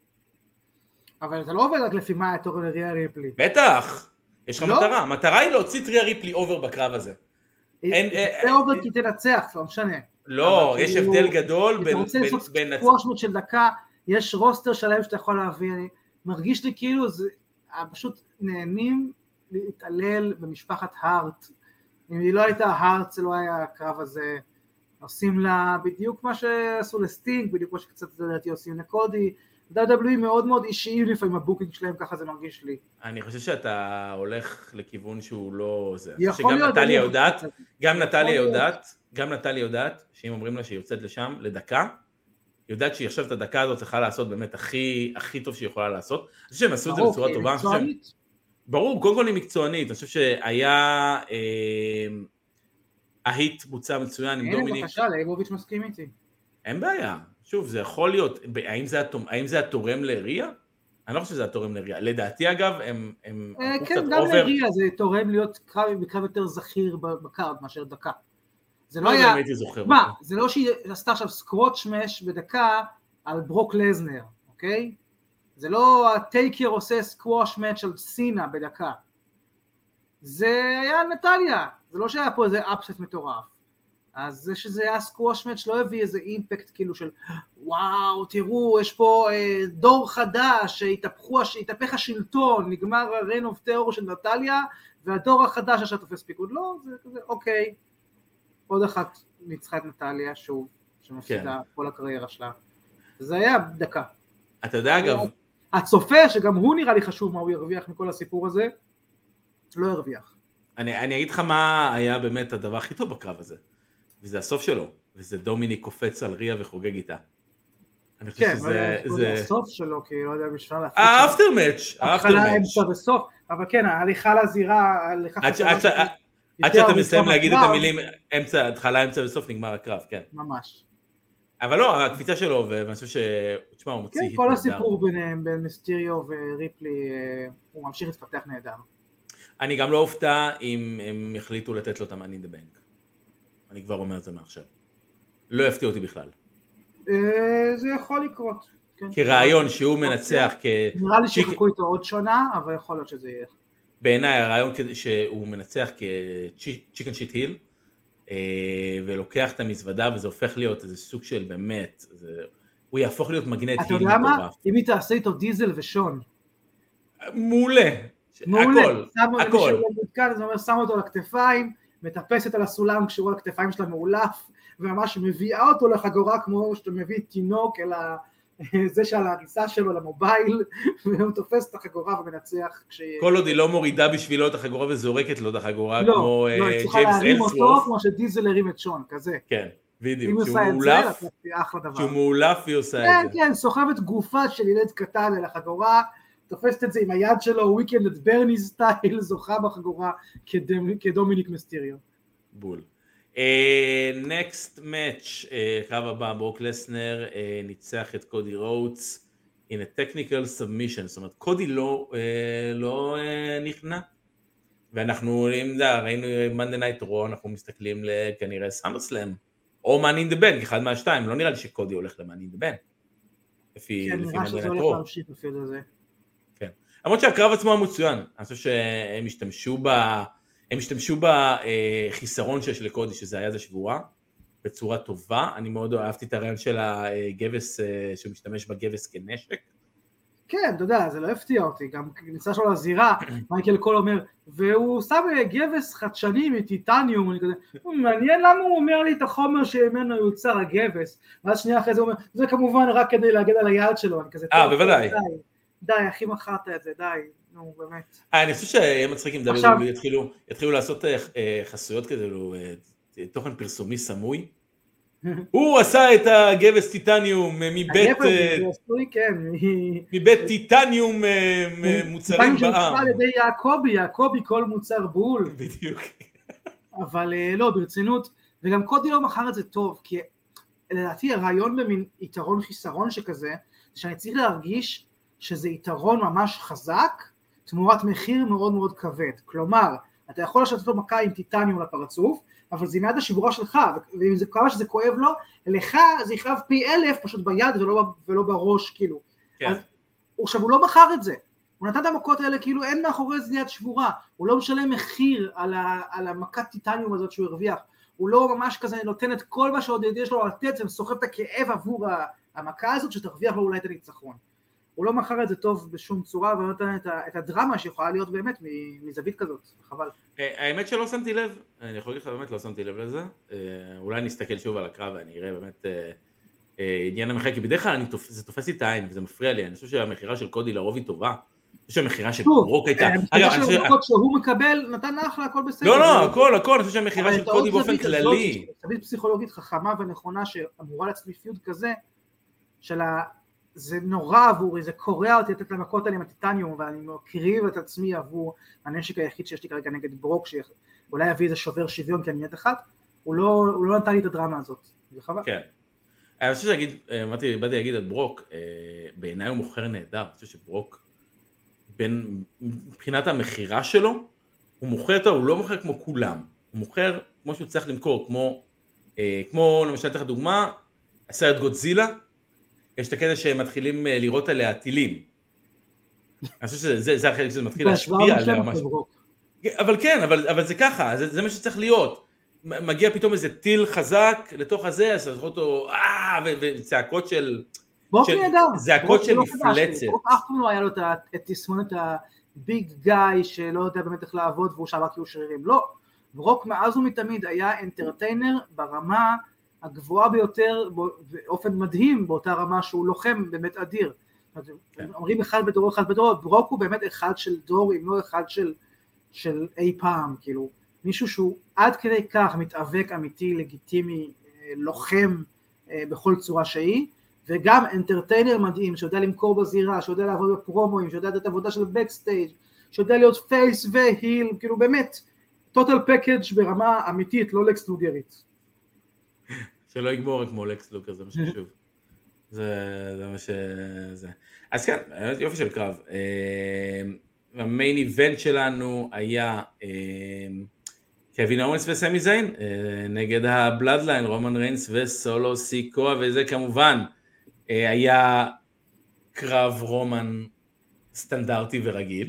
אבל אתה לא עובד רק לפי מה היה תורם לריה ריפלי. בטח, יש לך לא? מטרה, המטרה היא להוציא את ריה ריפלי אובר בקרב הזה. זה אובר כי תנצח, לא משנה. לא, יש הבדל גדול בין... אתה רוצה לעשות סקוואשמנט של דקה, יש רוסטר שלם שאתה יכול להביא, אני מרגיש לי כאילו, זה פשוט נהנים להתעלל במשפחת הארט. אם היא לא הייתה הארט, זה לא היה הקרב הזה. עושים לה בדיוק מה שעשו לסטינג, בדיוק מה שקצת לדעתי עושים לקודי. דאבליו דאבליו אי מאוד מאוד אישיים לפעמים הבוקינג שלהם, ככה זה מרגיש לי. אני חושב שאתה הולך לכיוון שהוא לא זה. יכול להיות. שגם נטליה יודעת, גם נטליה יודעת, גם נטליה יודעת, שאם אומרים לה שהיא יוצאת לשם לדקה, יודעת שהיא עכשיו את הדקה הזאת צריכה לעשות באמת הכי, הכי טוב שהיא יכולה לעשות. אני חושב שהם עשו את זה בצורה טובה. מקצוענית? ברור, קודם כל היא מקצוענית. אני חושב שהיה אה, ההיט בוצע מצוין עם דומיניק. הנה בבקשה, ליבוביץ' מסכים איתי. אין בעיה. שוב, זה יכול להיות, האם זה, האם זה התורם לריה? אני לא חושב שזה התורם לריה. לדעתי אגב, הם... הם כן, גם לריה זה תורם להיות בקרב יותר זכיר בקארד מאשר דקה. זה לא היה... מה? זה לא שהיא עשתה עכשיו סקרוץ' מש בדקה על ברוק לזנר, אוקיי? זה לא הטייקר עושה סקווש מאץ' על סינה בדקה. זה היה נטליה. זה לא שהיה פה איזה אפסט מטורף. אז זה שזה היה סקווש מאץ' לא הביא איזה אימפקט כאילו של וואו, תראו, יש פה אה, דור חדש, שהתהפך השלטון, נגמר הריין אוף טרור של נטליה, והדור החדש עכשיו תופס פיקוד. לא, זה כזה, אוקיי. עוד אחת ניצחה את נטליה, שוב, שמפסידה כן. כל הקריירה שלה. זה היה דקה. אתה יודע אגב... הצופה, שגם הוא נראה לי חשוב מה הוא ירוויח מכל הסיפור הזה, לא ירוויח. אני, אני אגיד לך מה היה באמת הדבר הכי טוב בקרב הזה. וזה הסוף שלו, וזה דומיניק קופץ על ריה וחוגג איתה. אני חושב כן, שזה... זה זה... הסוף שלו, כי לא יודע אם אפשר להפיץ. האפטר מאץ', האפטר מאץ'. התחלה אמצע וסוף, אבל כן, ההליכה לזירה, ההליכה... עד שאתה מסיים להגיד את המילים, אמצע, התחלה, אמצע וסוף, נגמר הקרב, כן. ממש. אבל לא, הקפיצה שלו, ואני חושב ש... תשמע, הוא מוציא... כן, כל הסיפור ביניהם, בין מיסטריו וריפלי, הוא ממשיך להתפתח נהדר. אני גם לא אופתע אם הם יחליטו לתת לו את המאני אין דה בנק. אני כבר אומר את זה מעכשיו. לא יפתיע אותי בכלל. זה יכול לקרות. כרעיון שהוא מנצח כ... נראה לי שחכו איתו עוד שונה, אבל יכול להיות שזה יהיה. בעיניי הרעיון שהוא מנצח כצ'יקן שיט היל, ולוקח את המזוודה, וזה הופך להיות איזה סוג של באמת, הוא יהפוך להיות מגנט היל מטורף. אתה יודע מה? אם היא תעשה איתו דיזל ושון. מעולה. מעולה. הכל, הכל. זה אומר, שם אותו לכתפיים, מטפסת על הסולם כשהוא על הכתפיים שלה מעולף, וממש מביאה אותו לחגורה כמו שאתה מביא תינוק אל זה שעל ההריסה שלו למובייל, והוא תופס את החגורה ומנצח. כל עוד היא לא מורידה בשבילו את החגורה וזורקת לו את החגורה לא, כמו לא, היא צריכה להרים אותו כמו שדיזל הרים את שון, כזה. כן, בדיוק. אם עושה את זה, אז זה אחלה דבר. שהוא מעולף היא עושה את כן, זה. כן, סוחבת גופה של ילד קטן אל החגורה, תופסת את זה עם היד שלו, Weekend at Bernie's style, זוכה בחגורה כדומיניק מיסטריו. בול. נקסט מאץ', קרב הבא, ברוק לסנר ניצח את קודי רודס in a technical submission, זאת אומרת קודי לא, לא נכנע, ואנחנו ראינו Monday Night Raw, אנחנו מסתכלים לכנראה סאמרסלאם, או Money in the Bank, אחד מהשתיים, לא נראה לי שקודי הולך ל-Money in the Bank, לפי כן, נראה שזה הולך להמשיך לפי זה. כן, למרות שהקרב עצמו המצוין, אני חושב שהם השתמשו ב... הם השתמשו בחיסרון שיש לקודי, שזה היה זה שבורה, בצורה טובה. אני מאוד אהבתי את הרעיון של הגבס, שמשתמש בגבס כנשק. כן, אתה יודע, זה לא הפתיע אותי, גם כניסה שלו לזירה, מייקל קול אומר, והוא שם גבס חדשני מטיטניום, אני כזה, מעניין למה הוא אומר לי את החומר שממנו יוצר הגבס, ואז שנייה אחרי זה הוא אומר, זה כמובן רק כדי להגן על היד שלו, אני כזה, אה, בוודאי. די, הכי מכרת את זה, די. נו, באמת. אני חושב שיהיה מצחיק אם דאבליו דאבליו יתחילו, יתחילו לעשות חסויות כזה, תוכן פרסומי סמוי, הוא עשה את הגבס טיטניום מבית... מבית טיטניום מוצרים בעם. טיטניום שנוצרה על ידי יעקובי, יעקובי כל מוצר בול. בדיוק. אבל לא, ברצינות, וגם קודי לא מכר את זה טוב, כי לדעתי הרעיון במין יתרון חיסרון שכזה, שאני צריך להרגיש שזה יתרון ממש חזק, תמורת מחיר מאוד מאוד כבד. כלומר, אתה יכול לשתת לו מכה עם טיטניום לפרצוף, אבל זה מיד השבורה שלך, ואם זה כמה שזה כואב לו, לך זה יכאב פי אלף פשוט ביד ולא, ולא בראש, כאילו. כן. אז, עכשיו, הוא לא מכר את זה. הוא נתן את המכות האלה, כאילו אין מאחורי זה יד שבורה. הוא לא משלם מחיר על, ה, על המכת טיטניום הזאת שהוא הרוויח. הוא לא ממש כזה נותן את כל מה שעוד יש לו לתת, וסוחב את הכאב עבור המכה הזאת, שתרוויח לו אולי את הניצחון. הוא לא מכר את זה טוב בשום צורה, ולא נותן את, את הדרמה שיכולה להיות באמת מזווית כזאת, חבל. האמת שלא שמתי לב, אני יכול להגיד לך באמת לא שמתי לב לזה, אולי נסתכל שוב על הקרב ואני אראה באמת עניין המחיר, כי בדרך כלל זה תופס לי את העין וזה מפריע לי, אני חושב שהמחירה של קודי לרוב היא טובה, אני חושב שהמחירה של ברוק הייתה, אגב, אני חושב שהוא מקבל, נתן אחלה, הכל בסדר. לא, לא, הכל, הכל, אני חושב שהמחירה של קודי באופן כללי. זווית פסיכולוגית חכמה ונכונה שאמורה לעצמי פיוד כזה, של ה... זה נורא עבורי, זה קורע אותי לתת למכות האלה עם הטיטניום, ואני מקריב את עצמי עבור הנשק היחיד שיש לי כרגע נגד ברוק, שאולי יביא איזה שובר שוויון כי אני נהיית אחת, הוא לא, הוא לא נתן לי את הדרמה הזאת, זה חבל. כן. אני חושב להגיד, באתי להגיד את ברוק, בעיניי הוא מוכר נהדר, אני חושב שברוק, מבחינת המחירה שלו, הוא מוכר אותו, הוא לא מוכר כמו כולם, הוא מוכר כמו שהוא צריך למכור, כמו, כמו למשל תחת דוגמה, הסרט גודזילה, יש את הקטע שהם מתחילים לראות עליה טילים. אני חושב שזה החלק שזה מתחיל להשפיע עליה משהו. אבל כן, אבל זה ככה, זה מה שצריך להיות. מגיע פתאום איזה טיל חזק לתוך הזה, אז לראות אותו, אה, וצעקות של... זעקות של מפלצת. אף פעם לא היה לו את תסמונת הביג גאי, שלא יודע באמת איך לעבוד, והוא שבר כאילו שרירים. לא, ברוק מאז ומתמיד היה אנטרטיינר ברמה... הגבוהה ביותר, באופן מדהים, באותה רמה שהוא לוחם באמת אדיר. אומרים אחד בדורו, אחד בדורו, ברוק הוא באמת אחד של דור, אם לא אחד של, של אי פעם, כאילו, מישהו שהוא עד כדי כך מתאבק אמיתי, לגיטימי, לוחם בכל צורה שהיא, וגם אנטרטיינר מדהים, שיודע למכור בזירה, שיודע לעבוד בפרומואים, שיודע את העבודה של בקסטייג', שיודע להיות פייס והיל, כאילו באמת, טוטל פקאג' ברמה אמיתית, לא לקס לוגרית. שלא יגמור כמו לקס לוקר, זה מה שחשוב. זה מה שזה. אז כן, יופי של קרב. המיין איבנט שלנו היה קווין אורנס וסמי זיין, נגד הבלאדליין, רומן ריינס וסולו סיקואה, וזה כמובן היה קרב רומן סטנדרטי ורגיל,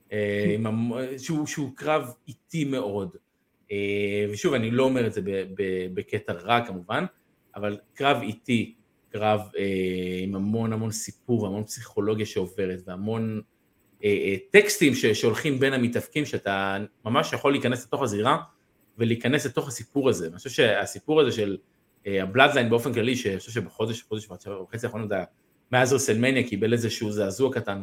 שהוא קרב איטי מאוד. ושוב, אני לא אומר את זה בקטע רע כמובן, אבל קרב איטי, קרב עם המון המון סיפור, המון פסיכולוגיה שעוברת, והמון טקסטים שהולכים בין המתאבקים, שאתה ממש יכול להיכנס לתוך הזירה, ולהיכנס לתוך הסיפור הזה. אני חושב שהסיפור הזה של הבלאדליין באופן כללי, שאני חושב שבחודש, חודש וחצי האחרון, מאז רסלמניה קיבל איזשהו זעזוע קטן,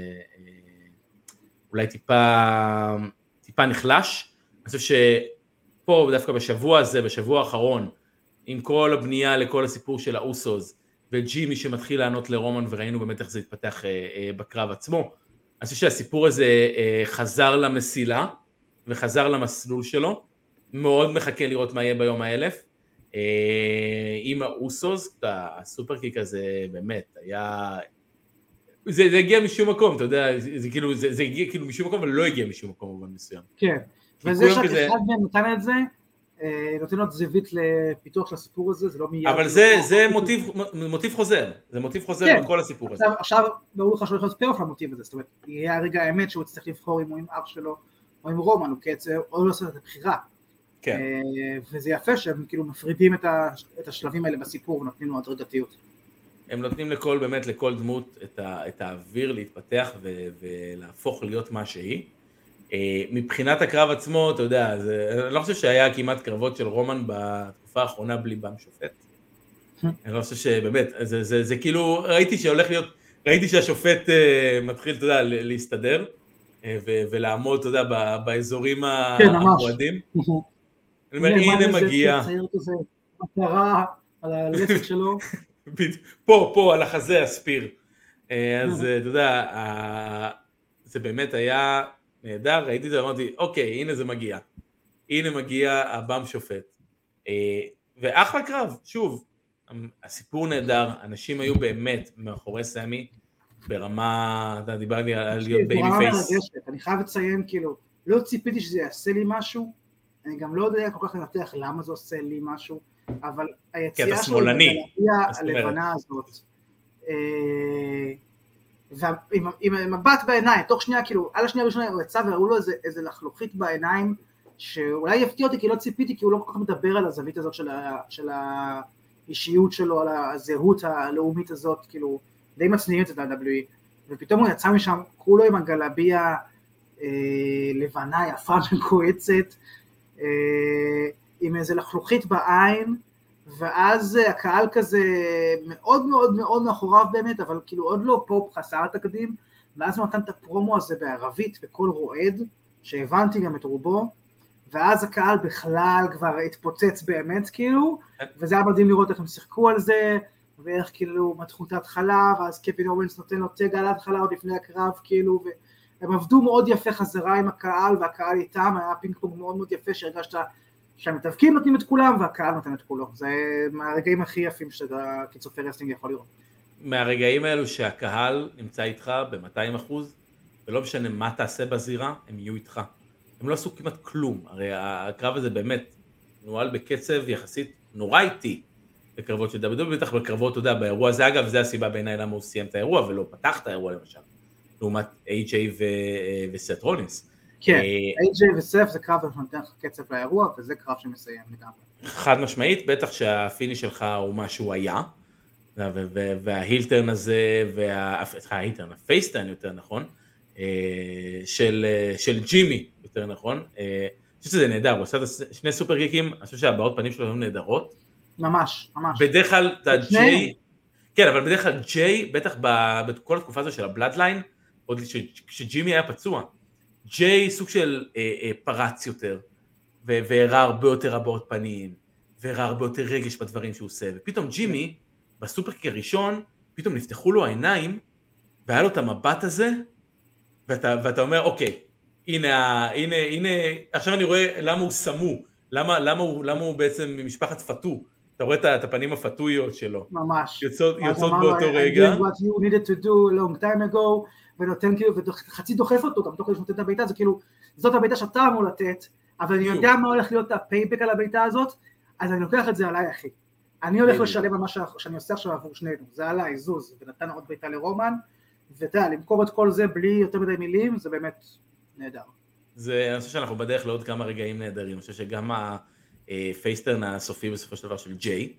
ואולי טיפה, טיפה נחלש. אני חושב שפה דווקא בשבוע הזה, בשבוע האחרון, עם כל הבנייה לכל הסיפור של האוסוס, וג'ימי שמתחיל לענות לרומן, וראינו באמת איך זה התפתח בקרב עצמו, אני חושב שהסיפור הזה חזר למסילה, וחזר למסלול שלו, מאוד מחכה לראות מה יהיה ביום האלף, עם האוסוס, הסופרקיק הזה באמת היה... זה, זה הגיע משום מקום, אתה יודע, זה, זה, כאילו, זה, זה הגיע כאילו משום מקום, אבל לא הגיע משום מקום במובן מסוים. כן, וזה שאחד כזה... מהם נתן את זה, נותן לו זווית לפיתוח של הסיפור הזה, זה לא מיד... אבל זה, זה מוטיב, מוטיב חוזר, זה מוטיב חוזר כן. בכל הסיפור הזה. עכשיו, עכשיו ברור לך שלא יכול להיות פייאוף למוטיב הזה, זאת אומרת, יהיה הרגע האמת שהוא צריך לבחור אם הוא עם אח שלו, או עם רומן, הוא קצר, או לא לעשות את הבחירה. כן. וזה יפה שהם כאילו מפרידים את, ה, את השלבים האלה בסיפור, ונותנים לו הדרגתיות. הם נותנים לכל, באמת לכל דמות את, ה, את האוויר להתפתח ו, ולהפוך להיות מה שהיא. מבחינת הקרב עצמו, אתה יודע, זה, אני לא חושב שהיה כמעט קרבות של רומן בתקופה האחרונה בלי בם שופט. אני לא חושב שבאמת, זה, זה, זה כאילו, ראיתי שהולך להיות, ראיתי שהשופט uh, מתחיל, אתה יודע, להסתדר, uh, ו, ולעמוד, אתה יודע, באזורים המועדים. כן, ממש. אני אומר, הנה מגיע. מטרה על הלסת שלו. פה, פה, על החזה הספיר. אז אתה יודע, זה באמת היה נהדר, ראיתי את זה, אמרתי, אוקיי, הנה זה מגיע. הנה מגיע הבם שופט. ואחלה קרב, שוב, הסיפור נהדר, אנשים היו באמת מאחורי סמי, ברמה, אתה דיבר לי על להיות בייבי פייס. אני חייב לציין, כאילו, לא ציפיתי שזה יעשה לי משהו, אני גם לא יודע כל כך לנתח למה זה עושה לי משהו, אבל היציאה שלו בגלביה הלבנה הזאת, ועם מבט בעיניים, תוך שנייה, כאילו, על השנייה הראשונה הוא יצא והראו לו איזה לחלוכית בעיניים, שאולי יפתיע אותי כי לא ציפיתי, כי הוא לא כל כך מדבר על הזווית הזאת של האישיות שלו, על הזהות הלאומית הזאת, כאילו, די מצניעים את ה-דאבליו דאבליו אי, ופתאום הוא יצא משם, כולו עם הגלביה לבנה, יפה ומקועצת, עם איזה לחלוכית בעין, ואז הקהל כזה מאוד מאוד מאוד מאחוריו באמת, אבל כאילו עוד לא פופ חסר תקדים, ואז הוא נתן את הפרומו הזה בערבית בקול רועד, שהבנתי גם את רובו, ואז הקהל בכלל כבר התפוצץ באמת כאילו, וזה היה מדהים לראות איך הם שיחקו על זה, ואיך כאילו מתחו את ההתחלה, ואז קווין אורנס נותן לו טג על ההתחלה עוד לפני הקרב כאילו, והם עבדו מאוד יפה חזרה עם הקהל, והקהל איתם, היה פינג פונג מאוד מאוד יפה שהרגשת שהמתאבקים נותנים את כולם, והקהל נותן את כולו, זה מהרגעים הכי יפים שאתה כצופה רסלינג יכול לראות. מהרגעים האלו שהקהל נמצא איתך ב-מאתיים אחוז, ולא משנה מה תעשה בזירה, הם יהיו איתך. הם לא עשו כמעט כלום, הרי הקרב הזה באמת נועל בקצב יחסית נורא איטי, בקרבות של דאבליו דאבליו, בטח בקרבות, אתה יודע, באירוע הזה, אגב, זה הסיבה בעיניי למה הוא סיים את האירוע, ולא פתח את האירוע למשל, לעומת איי ג'יי וסט רולינס. כן, איי ג'יי וסט זה קרב שנותן לך קצב לאירוע, וזה קרב שמסיים לגמרי. חד משמעית, בטח שהפיניש שלך הוא מה שהוא היה, וההילטרן הזה, ההילטרן, הפייסטרן יותר נכון, של ג'ימי יותר נכון, אני חושב שזה נהדר, הוא עושה שני סופר גיקים, אני חושב שהבעות פנים שלו היו נהדרות, ממש, ממש. בדרך כלל, ג'יי, כן, אבל בדרך כלל ג'יי, בטח בכל התקופה הזו של הבלאדליין, עוד כשג'ימי היה פצוע, ג'יי סוג של פרץ יותר, והראה הרבה יותר הבעות פנים, והראה הרבה יותר רגש בדברים שהוא עושה, ופתאום ג'ימי, בסופרקיק הראשון, פתאום נפתחו לו העיניים, והיה לו את המבט הזה, ואתה, ואתה אומר, אוקיי, הנה, הנה, הנה, עכשיו אני רואה למה הוא סמו, למה, למה הוא, למה הוא בעצם ממשפחת פתו, אתה רואה את הפנים הפתויות שלו. ממש. יוצאות, יוצאות באותו רגע. I did what you needed to do long time ago, ונותן כאילו, וחצי דוחף אותו, גם תוך כדי שנותן את הביתה, זה כאילו, זאת הביתה שאתה אמור לתת, אבל אני יודע מה הולך להיות הפייבק על הביתה הזאת, אז אני לוקח את זה עליי, אחי. אני הולך לשלם על מה שאני עושה עכשיו עבור שנינו, זה עליי, זוז, ונתן עוד ביתה לרומן, ואתה, למכור את כל זה בלי יותר מדי מילים, זה באמת נהדר. זה, אני חושב שאנחנו בדרך לעוד כמה רגעים נהדרים, אני חושב שגם הפייסטרן הסופי בסופו של דבר של ג'יי,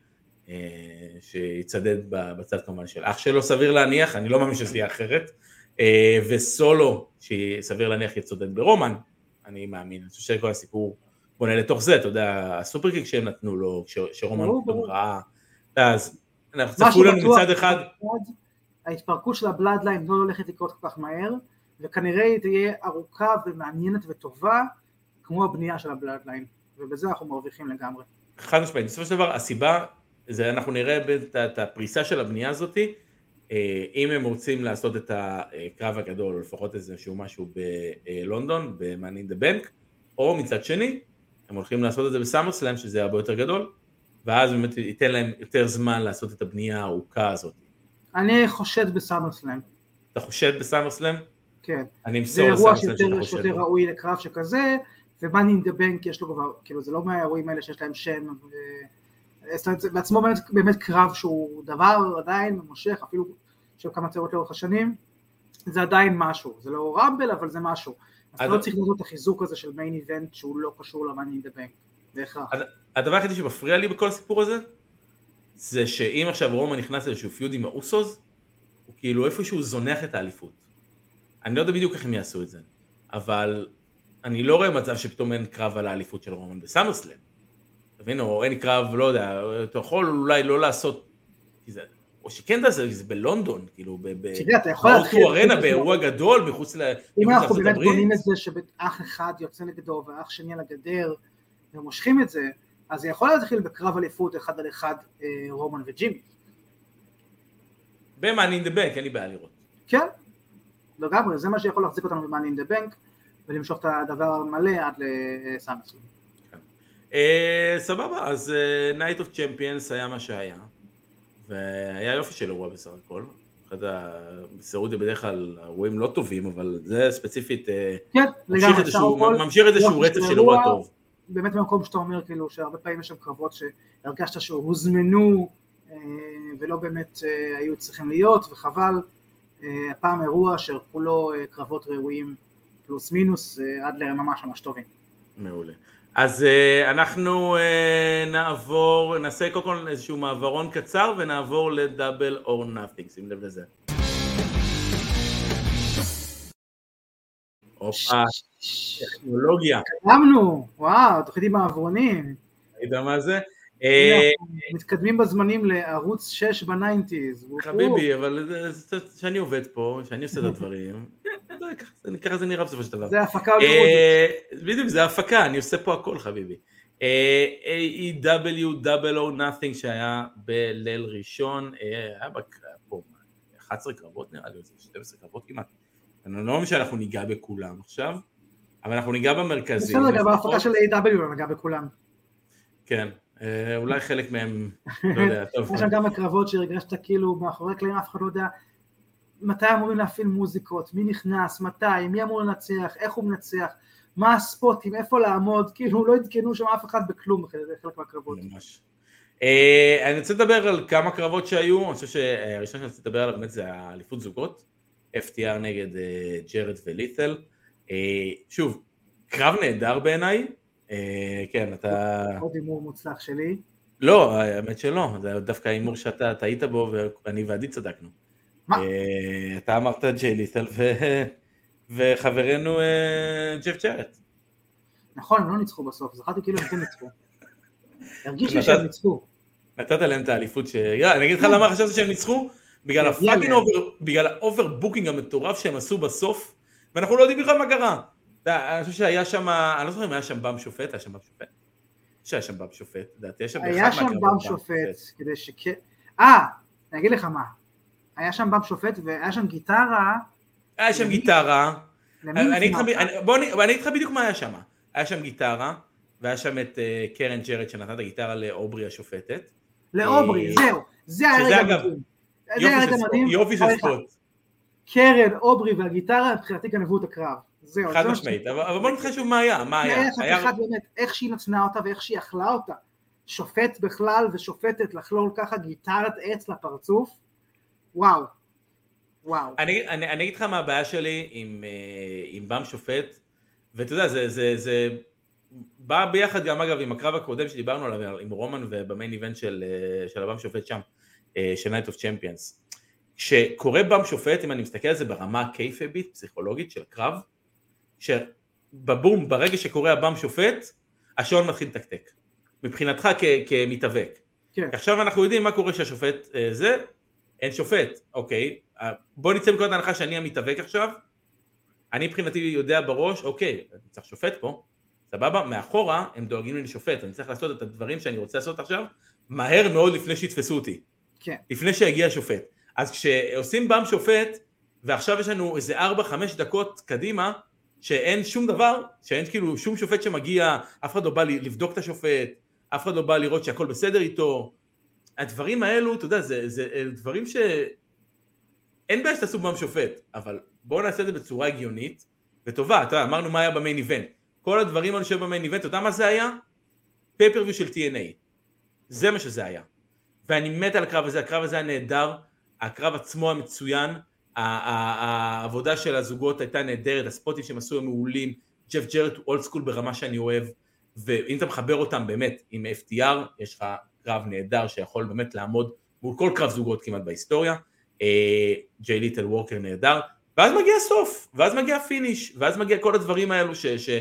שיצדד בצד כמובן של אח שלו, סביר להניח, אני לא מאמין שזה יהיה אחרת, וסולו, שסביר להניח יצודד ברומן, אני מאמין, אני חושב שכל הסיפור בונה לתוך זה, אתה יודע, הסופרקיק שהם נתנו לו, שרומן ראה, אז אנחנו צפו לנו מצד אחד, ההתפרקות של הבלאדליין לא הולכת לקרות כל כך מהר, וכנראה היא תהיה ארוכה ומעניינת וטובה, כמו הבנייה של הבלאדליין, ובזה אנחנו מרוויחים לגמרי. חד משמעית, בסופו של דבר, הסיבה, זה אנחנו נראה את הפריסה של הבנייה הזאת, אם הם רוצים לעשות את הקרב הגדול, או לפחות איזשהו משהו בלונדון, ב-Money in the Bank, או מצד שני, הם הולכים לעשות את זה בסאמרסלאם, שזה הרבה יותר גדול, ואז באמת ייתן להם יותר זמן לעשות את הבנייה הארוכה הזאת. אני חושד בסאמרסלאם. אתה חושד בסאמרסלאם? כן. אני אמסור לסאמרסלאם שאתה חושד. זה אירוע חושד. שיותר ראוי לקרב שכזה, ו-Money in the Bank יש לו כבר, כאילו זה לא מהאירועים האלה שיש להם שם, ו... בעצמו באמת, באמת קרב שהוא דבר עדיין ממושך, אפילו של כמה צערות לאורך השנים, זה עדיין משהו, זה לא רמבל, אבל זה משהו. אז לא צריך לעשות את החיזוק הזה של מיין איבנט שהוא לא קשור ל-Money in the Bank, בהכרח. הדבר היחידי שמפריע לי בכל הסיפור הזה, זה שאם עכשיו רומן נכנס לאיזשהו פיוד עם האוסוס, הוא כאילו איפשהו זונח את האליפות. אני לא יודע בדיוק איך הם יעשו את זה, אבל אני לא רואה מצב שפתאום אין קרב על האליפות של רומן בסאמרסלאם. תבין, או אין קרב, לא יודע, אתה יכול אולי לא לעשות, או שכן תעשה, זה בלונדון, כאילו, באוטו ארנה, באירוע גדול, מחוץ לארצות הברית. אם אנחנו באמת בונים את זה שאח אחד יוצא נגדו, ואח שני על הגדר, ומושכים את זה, אז זה יכול להתחיל בקרב אליפות אחד על אחד רומן וג'ימי. ב-Money in the Bank, אין לי בעיה לראות. כן, לגמרי, זה מה שיכול להחזיק אותנו ב-Money in the Bank, ולמשוך את הדבר המלא עד לסאמרסלאם. סבבה, אז Night of Champions היה מה שהיה, והיה יופי של אירוע בסך הכל. בסעודיה בדרך כלל אירועים לא טובים, אבל זה ספציפית ממשיך איזשהו רצף של אירוע טוב. באמת במקום שאתה אומר כאילו שהרבה פעמים יש שם קרבות שהרגשת שהוזמנו ולא באמת היו צריכים להיות, וחבל, הפעם אירוע שכולו קרבות ראויים פלוס מינוס עד לממש ממש טובים. מעולה. אז אנחנו נעבור, נעשה קודם כל איזשהו מעברון קצר ונעבור לדאבל אור נאפינג, שים לב לזה. הופה, טכנולוגיה. קדמנו, וואו, תוכניתי מעברונים. ראית מה זה? מתקדמים בזמנים לערוץ שש בניינטיז. חביבי, אבל שאני עובד פה, שאני עושה את הדברים, ככה זה נראה בסופו של דבר. זה הפקה עוד גרודית. בדיוק, זה הפקה, אני עושה פה הכל חביבי. איי אי דאבליו Double or Nothing שהיה בליל ראשון, היה פה אחת עשרה קרבות נראה לי, שתים עשרה קרבות כמעט. אני לא אומר שאנחנו ניגע בכולם עכשיו, אבל אנחנו ניגע במרכזים. בסדר, גם ההפקה של איי דאבליו ניגע בכולם. כן. אולי חלק מהם, לא יודע, טוב. יש שם גם הקרבות שהרגשת כאילו מאחורי קלעים, אף אחד לא יודע מתי אמורים להפעיל מוזיקות, מי נכנס, מתי, מי אמור לנצח, איך הוא מנצח, מה הספוטים, איפה לעמוד, כאילו לא עדכנו שם אף אחד בכלום, זה חלק מהקרבות. ממש. אני רוצה לדבר על כמה קרבות שהיו, אני חושב שהראשון שאני רוצה לדבר עליו באמת זה האליפות זוגות, אף טי אר נגד ג'רד ולית'ל. שוב, קרב נהדר בעיניי, כן, אתה... עוד הימור מוצלח שלי. לא, האמת שלא, זה דווקא הימור שאתה היית בו ואני ועדי צדקנו. מה? אתה אמרת ג'יי לית'ל וחברנו ג'ף ג'רט. נכון, הם לא ניצחו בסוף, זכרתי כאילו הם כן ניצחו. הרגיש לי שהם ניצחו. נתת להם את האליפות ש... אני אגיד לך למה חשבתי שהם ניצחו, בגלל הפאקינג אובר, בגלל האובר בוקינג המטורף שהם עשו בסוף, ואנחנו לא יודעים בכלל מה קרה. אני חושב שהיה שם, אני לא זוכר אם היה שם בם שופט, היה שם בם שופט. שהיה שם בם שופט, לדעתי, היה שם בם שופט, כדי שכ... אה, אני אגיד לך מה, היה שם בם שופט והיה שם גיטרה. היה שם גיטרה, אני אגיד לך בדיוק מה היה שם. היה שם גיטרה, והיה שם את קרן ג'רד שנתנה את הגיטרה לאוברי השופטת. לאוברי, זהו, זה היה רגע מדהים. יופי של ספוט. קרן, אוברי והגיטרה, מבחינתי גנבו את הקרב. חד משמעית, אבל בוא נתחיל שוב מה היה, מה היה? היה אחד באמת, איך שהיא נתנה אותה ואיך שהיא אכלה אותה. שופט בכלל ושופטת לחלול ככה גיטרת עץ לפרצוף, וואו, וואו. אני אגיד לך מה הבעיה שלי עם בם שופט, ואתה יודע, זה בא ביחד גם אגב עם הקרב הקודם שדיברנו עליו, עם רומן ובמיין איבנט של הבם שופט שם, של Night of Champions. כשקורה בם שופט, אם אני מסתכל על זה ברמה קייפבית, פסיכולוגית של קרב, שבבום, ברגע שקורה הבם שופט, השעון מתחיל לתקתק. מבחינתך כמתאבק. כן. עכשיו אנחנו יודעים מה קורה שהשופט זה, אין שופט, אוקיי. בוא נצא מכל ההנחה שאני המתאבק עכשיו, אני מבחינתי יודע בראש, אוקיי, אני צריך שופט פה, סבבה, מאחורה הם דואגים לי לשופט, אני צריך לעשות את הדברים שאני רוצה לעשות עכשיו, מהר מאוד לפני שיתפסו אותי. כן. לפני שיגיע השופט. אז כשעושים בם שופט, ועכשיו יש לנו איזה ארבע חמש דקות קדימה, שאין שום דבר, שאין כאילו שום שופט שמגיע, אף אחד לא בא לבדוק את השופט, אף אחד לא בא לראות שהכל בסדר איתו, הדברים האלו, אתה יודע, זה, זה דברים ש... אין בעיה שתעשו בם שופט, אבל בואו נעשה את זה בצורה הגיונית, וטובה, אתה יודע, אמרנו מה היה במיין איבנט, כל הדברים האלו שהיו במיין איבנט, אתה יודע מה זה היה? פייפריוויו של טי אן איי, זה מה שזה היה, ואני מת על הקרב הזה, הקרב הזה היה נהדר, הקרב עצמו המצוין, העבודה של הזוגות הייתה נהדרת, הספוטים שהם עשו הם מעולים, ג'ף ג'רט הוא אולד סקול ברמה שאני אוהב, ואם אתה מחבר אותם באמת עם אף טי אר, יש לך קרב נהדר שיכול באמת לעמוד מול כל קרב זוגות כמעט בהיסטוריה, ג'יי ליטל וורקר נהדר, ואז מגיע הסוף, ואז מגיע הפיניש, ואז מגיע כל הדברים האלו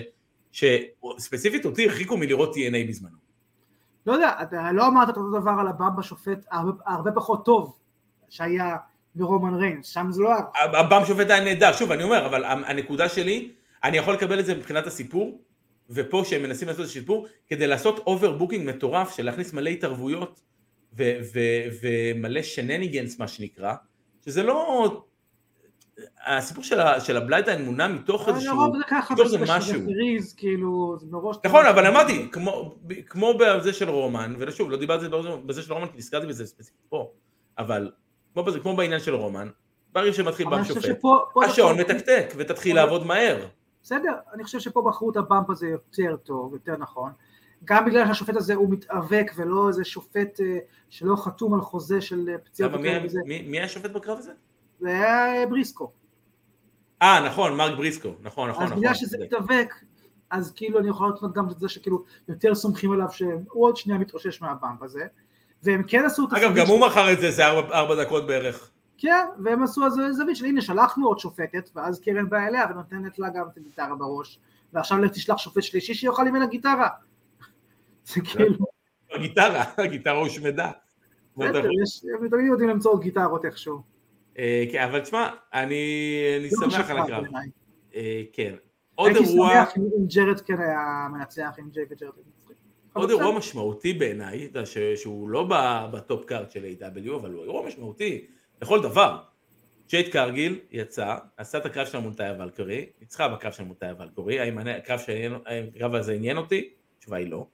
שספציפית אותי הרחיקו מלראות טי אן איי בזמנו. לא יודע, אתה לא אמרת את אותו דבר על הבאב בשופט הרבה פחות טוב שהיה ברומן ריינס, שם זה לא... הבאם שופט היה נהדר, שוב אני אומר, אבל הנקודה שלי, אני יכול לקבל את זה מבחינת הסיפור, ופה שהם מנסים לעשות את השיפור, כדי לעשות אוברבוקינג מטורף, של להכניס מלא התערבויות, ו- ו- ומלא שנניגנס מה שנקרא, שזה לא, הסיפור של הבלייטליין מונע מתוך איזשהו, מתוך זה משהו. נכון, אבל אמרתי, כמו בזה של רומן, ושוב, לא דיברתי בזה של רומן, כי נזכרתי בזה ספציפית פה, אבל כמו בעניין של רומן, ברגע שמתחיל במפ שופט, השעון מתקתק, ותתחיל לעבוד מהר. בסדר, אני חושב שפה בחרו את הבאמפ הזה יותר טוב, יותר נכון, גם בגלל שהשופט הזה הוא מתאבק, ולא איזה שופט שלא חתום על חוזה של פציעות. מי היה השופט בקרב הזה? זה היה בריסקו. אה, נכון, מרק בריסקו, נכון, נכון. אז בגלל שזה מתאבק, אז כאילו אני יכול לתנות גם את זה שכאילו יותר סומכים עליו שהוא עוד שנייה מתאושש מהבאמפ הזה, והם כן עשו את אגב, גם הוא מכר את זה, זה ארבע דקות בערך. כן, והם עשו אז זווית של הנה שלחנו עוד שופטת, ואז קרן באה אליה ונותנת לה גם את הגיטרה בראש, ועכשיו תשלח שופט שלישי שיוכל ממנה גיטרה. זה כאילו... הגיטרה, הגיטרה הושמדה. הם תמיד יודעים למצוא עוד גיטרות איכשהו. כן, אבל תשמע, אני שמח על הקרב. כן. עוד אירוע... הייתי שמח אם ג'רד כן היה מנצח, אם ג'ייק וג'רד מנצחים. עוד אירוע משמעותי בעיניי, שהוא לא בטופ קארד של איי דאבליו, אבל הוא אירוע משמעותי לכל דבר. ג'ייד קרגיל יצא, עשה את הקרב של המונטאי הוולקורי, ניצחה בקרב של המונטאי הוולקורי, האם הקרב הזה עניין אותי? תשובה היא לא.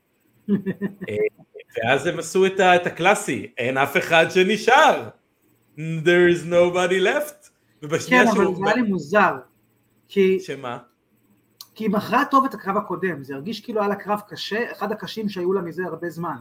ואז הם עשו את הקלאסי, אין אף אחד שנשאר. There is nobody left. כן, אבל זה היה לי מוזר. שמה? כי היא מכרה טוב את הקרב הקודם, זה הרגיש כאילו היה לה קרב קשה, אחד הקשים שהיו לה מזה הרבה זמן.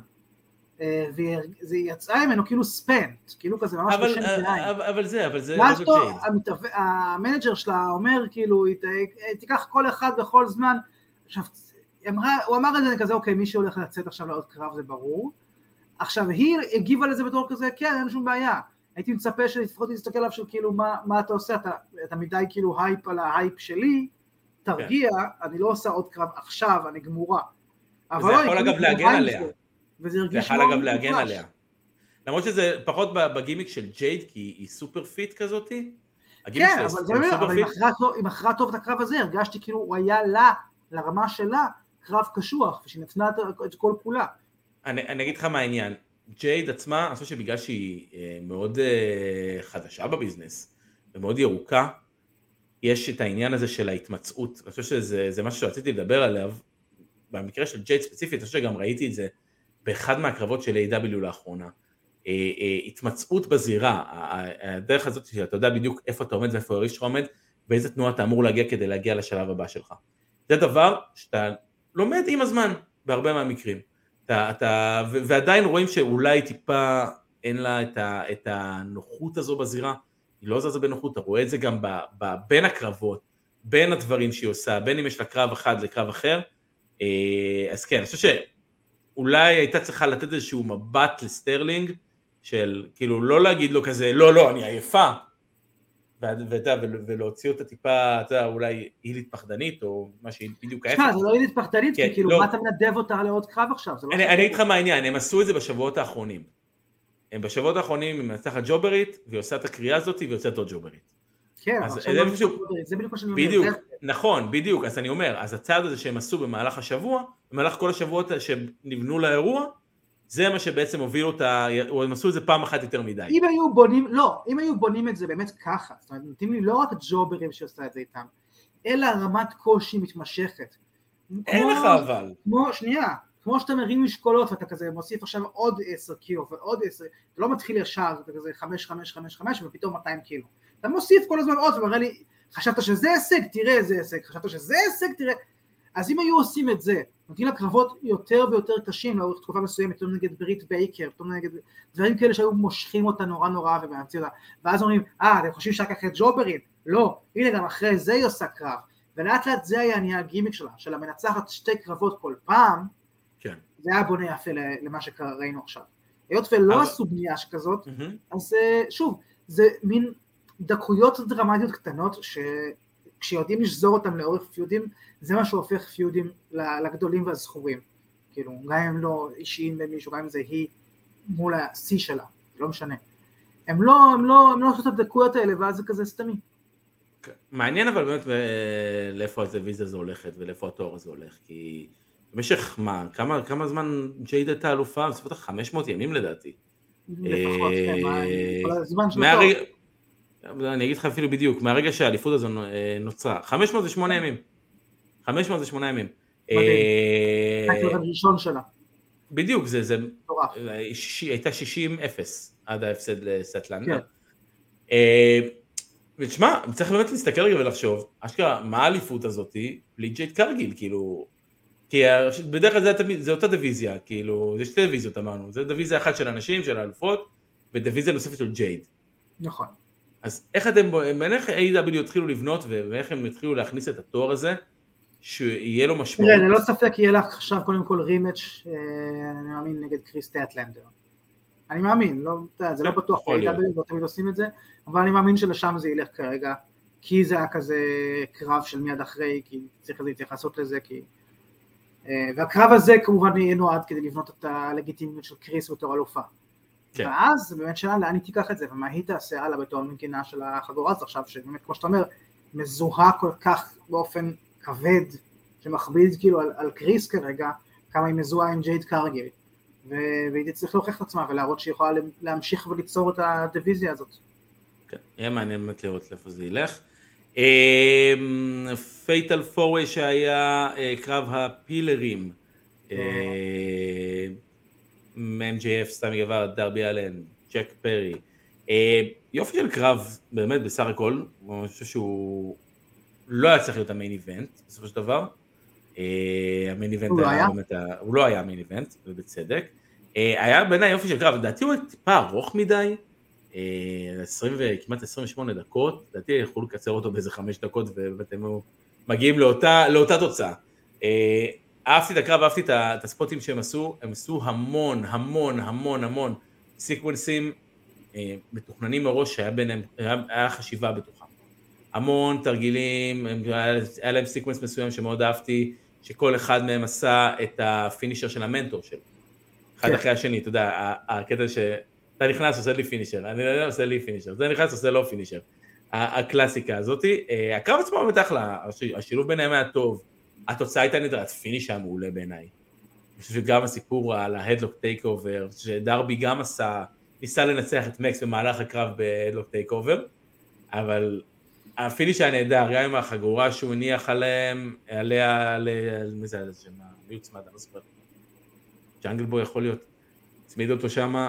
וזה יצאה ממנו כאילו ספנט, כאילו כזה ממש בשם בעין. אבל זה, אבל זה... ואז פה המנג'ר שלה אומר כאילו, תיקח כל אחד בכל זמן, עכשיו, הוא אמר את זה כזה, אוקיי, מי שהולך לצאת עכשיו לעוד קרב זה ברור, עכשיו היא הגיבה לזה בתור כזה, כן, אין שום בעיה, הייתי מצפה שלפחות להסתכל עליו של כאילו, מה אתה עושה, אתה מדי כאילו הייפ על ההייפ שלי, תרגיע, אני לא עושה עוד קרב עכשיו, אני גמורה. וזה יכול אגב להגן עליה. וזה הרגיש יכול אגב להגן עליה. למרות שזה פחות בגימיק של ג'ייד, כי היא סופר פיט כזאת. כן, אבל היא מכרה טוב את הקרב הזה, הרגשתי כאילו הוא היה לה, לרמה שלה, קרב קשוח, ושהיא נתנה את כל כולה. אני אגיד לך מה העניין. ג'ייד עצמה, אני חושב שבגלל שהיא מאוד חדשה בביזנס, ומאוד ירוקה, יש את העניין הזה של ההתמצאות. אני חושב שזה משהו שרציתי לדבר עליו, במקרה של ג'ייד ספציפית, אני חושב שגם ראיתי את זה באחד מהקרבות של איי דאבליו לאחרונה. התמצאות בזירה, הדרך הזאת שאתה יודע בדיוק איפה אתה עומד ואיפה הריש שלך עומד, באיזה תנועה אתה אמור להגיע כדי להגיע לשלב הבא שלך. זה דבר שאתה לומד עם הזמן, בהרבה מהמקרים. אתה, אתה, ועדיין רואים שאולי טיפה אין לה את, ה, את הנוחות הזו בזירה, היא לא זזה בנוחות, אתה רואה את זה גם ב, ב, בין הקרבות, בין הדברים שהיא עושה, בין אם יש לה קרב אחד לקרב אחר, אז כן, אני חושב שאולי הייתה צריכה לתת איזשהו מבט לסטרלינג, של כאילו לא להגיד לו כזה, לא, לא, אני עייפה, ואתה, ולהוציא אותה טיפה, אתה אולי הילית פחדנית, או מה שהיא בדיוק ההפך. זה לא הילית פחדנית, כי כאילו מה אתה מנדב אותה לעוד קרב עכשיו? אני אגיד לך מה העניין, הם עשו את זה בשבועות האחרונים. הם בשבועות האחרונים, הם מנצחת ג'וברית, והיא עושה את הקריאה הזאת, והיא יוצאת עוד ג'וברית. כן, זה בדיוק מה שאני אומר. בדיוק, נכון, בדיוק, אז אני אומר, אז הצעד הזה שהם עשו במהלך השבוע, במהלך כל השבועות שנבנו לאירוע, זה מה שבעצם הוביל אותה, הם עשו את זה פעם אחת יותר מדי. אם היו בונים, לא, אם היו בונים את זה באמת ככה, זאת אומרת, נותנים לי לא רק ג'וברים שעושה את זה איתם, אלא רמת קושי מתמשכת. אין לך אבל. כמו, שנייה, כמו שאתה מרים משקולות, ואתה כזה מוסיף עכשיו עוד עשר קילו, ועוד עשר, אתה לא מתחיל ישר, אתה כזה חמש, חמש, חמש, חמש, ופתאום מאתיים קילו. אתה מוסיף כל הזמן עוד, ומראה לי, חשבת שזה הישג, תראה איזה הישג, חשבת שזה הישג, תראה. אז אם היו עושים את זה, נותנים לקרבות יותר ויותר קשים, לאורך תקופה מסוימת, פתאום נגד ברית בייקר, פתאום נגד דברים כאלה שהיו מושכים אותה נורא נורא ומאמצים אותה, ואז אומרים, אה, אתם חושבים שרק אחרי ג'וברין? לא, הנה גם אחרי זה היא עושה קרב, ולאט לאט זה היה נהיה הגימיק שלה, של המנצחת שתי קרבות כל פעם, כן. זה היה בונה יפה למה שראינו עכשיו. היות ולא אבל... עשו בנייה שכזאת, mm-hmm. אז שוב, זה מין דקויות דרמטיות קטנות, שכשיודעים לשזור אותם לאורך פיודים, זה מה שהופך פיודים לגדולים והזכורים, כאילו, גם אם לא אישיים במישהו, גם אם זה היא מול ה-C שלה, לא משנה. הם לא, הם לא, הם לא עושות את הדקויות האלה, ואז זה כזה סתמי. מעניין אבל באמת לאיפה הדיוויזיה הזו הולכת ולאיפה התואר הזה הולך, כי במשך מה, כמה, כמה זמן ג'ייד הייתה אלופה? בסביבות חמש מאות ימים לדעתי. לפחות, כן, הזמן של התואר. אני אגיד לך אפילו בדיוק, מהרגע שהאליפות הזו נוצרה, חמש מאות ושמונה ימים. חמש מאות ושמונה ימים. מדהים. הייתה הראשון שלה. בדיוק, זה, זה, הייתה שישים אפס עד ההפסד לסטלנדה. ותשמע, צריך באמת להסתכל רגע ולחשוב, אשכרה, מה האליפות הזאת בלי ג'ייד קרגיל, כאילו, כי בדרך כלל זה, זה אותה דיוויזיה, כאילו, זה שתי דיוויזיות אמרנו, זה דיוויזיה אחת של אנשים, של האלופות, ודיוויזיה נוספת של ג'ייד. נכון. אז איך אתם, איך איי דאבליו התחילו לבנות, ואיך הם התחילו להכניס את התואר הזה, שיהיה לו משמעות? תראה, ללא ספק יהיה לך עכשיו קודם כל רימץ', אני מאמין, נגד קריס סטטלנדר. אני מאמין, לא, זה לא בטוח, איי דאבליו לא תמיד עושים את זה, אבל אני מאמין שלשם זה ילך כרגע, כי זה היה כזה קרב של מיד אחרי, כי צריך להתייחסות לזה, כי... והקרב הזה כמובן יהיה נועד כדי לבנות את הלגיטימיות של קריס בתור אלופה. כן. ואז זה באמת שאלה, לאן היא תיקח את זה, ומה היא תעשה הלאה בתור מנגינה של החגורה הזאת עכשיו, שבאמת, כמו שאתה אומר, מזוהה כל כך באופן כבד, שמכביד כאילו על, על קריס כרגע, כמה היא מזוהה עם ג'ייד קרגיל, והיא תצטרך להוכיח את עצמה, ולהראות שהיא יכולה להמשיך וליצור את הדיוויזיה הזאת. כן, יהיה מעניין באמת לראות לאיפה זה ילך. פייטל פורווי שהיה קרב הפילרים, אם ג'יי אף, סטמי גבר, דרבי אלן, ג'ק פרי, יופי של קרב באמת בסך הכל, אני חושב שהוא לא היה צריך להיות המיין איבנט בסופו של דבר, המיין איבנט הוא לא היה המיין איבנט, ובצדק, היה בעיניי יופי של קרב, לדעתי הוא טיפה ארוך מדי, כמעט עשרים ושמונה דקות, לדעתי יכולו לקצר אותו באיזה חמש דקות, ואתם מגיעים לאותה, לאותה תוצאה. אהבתי את הקרב, אהבתי את הספוטים שהם עשו, הם עשו המון, המון, המון, המון סיקוונסים מתוכננים מראש, שהיה ביניהם, היה חשיבה בתוכם. המון תרגילים, היה להם סיקוונס מסוים שמאוד אהבתי, שכל אחד מהם עשה את הפינישר של המנטור שלו. אחד אחרי השני, אתה יודע, הקטע ש... אתה נכנס, עושה לי פינישר, אני לא יודע, עושה לי פינישר, אתה נכנס, עושה לו פינישר. הקלאסיקה הזאת, הקרב עצמו באמת אחלה, השילוב ביניהם היה טוב, התוצאה הייתה נדרת, פיניש היה מעולה בעיניי. וגם הסיפור על ההדלוק טייק אובר, שדרבי גם עשה, ניסה לנצח את מקס במהלך הקרב בהדלוק טייק אובר, אבל הפיניש היה נהדר, גם עם החגורה שהוא הניח עליהם, עליה, מי זה היה זה שם, מי יוצמד, אני לא זוכר. ג'אנגל בוי יכול להיות. צמיד אותו שם,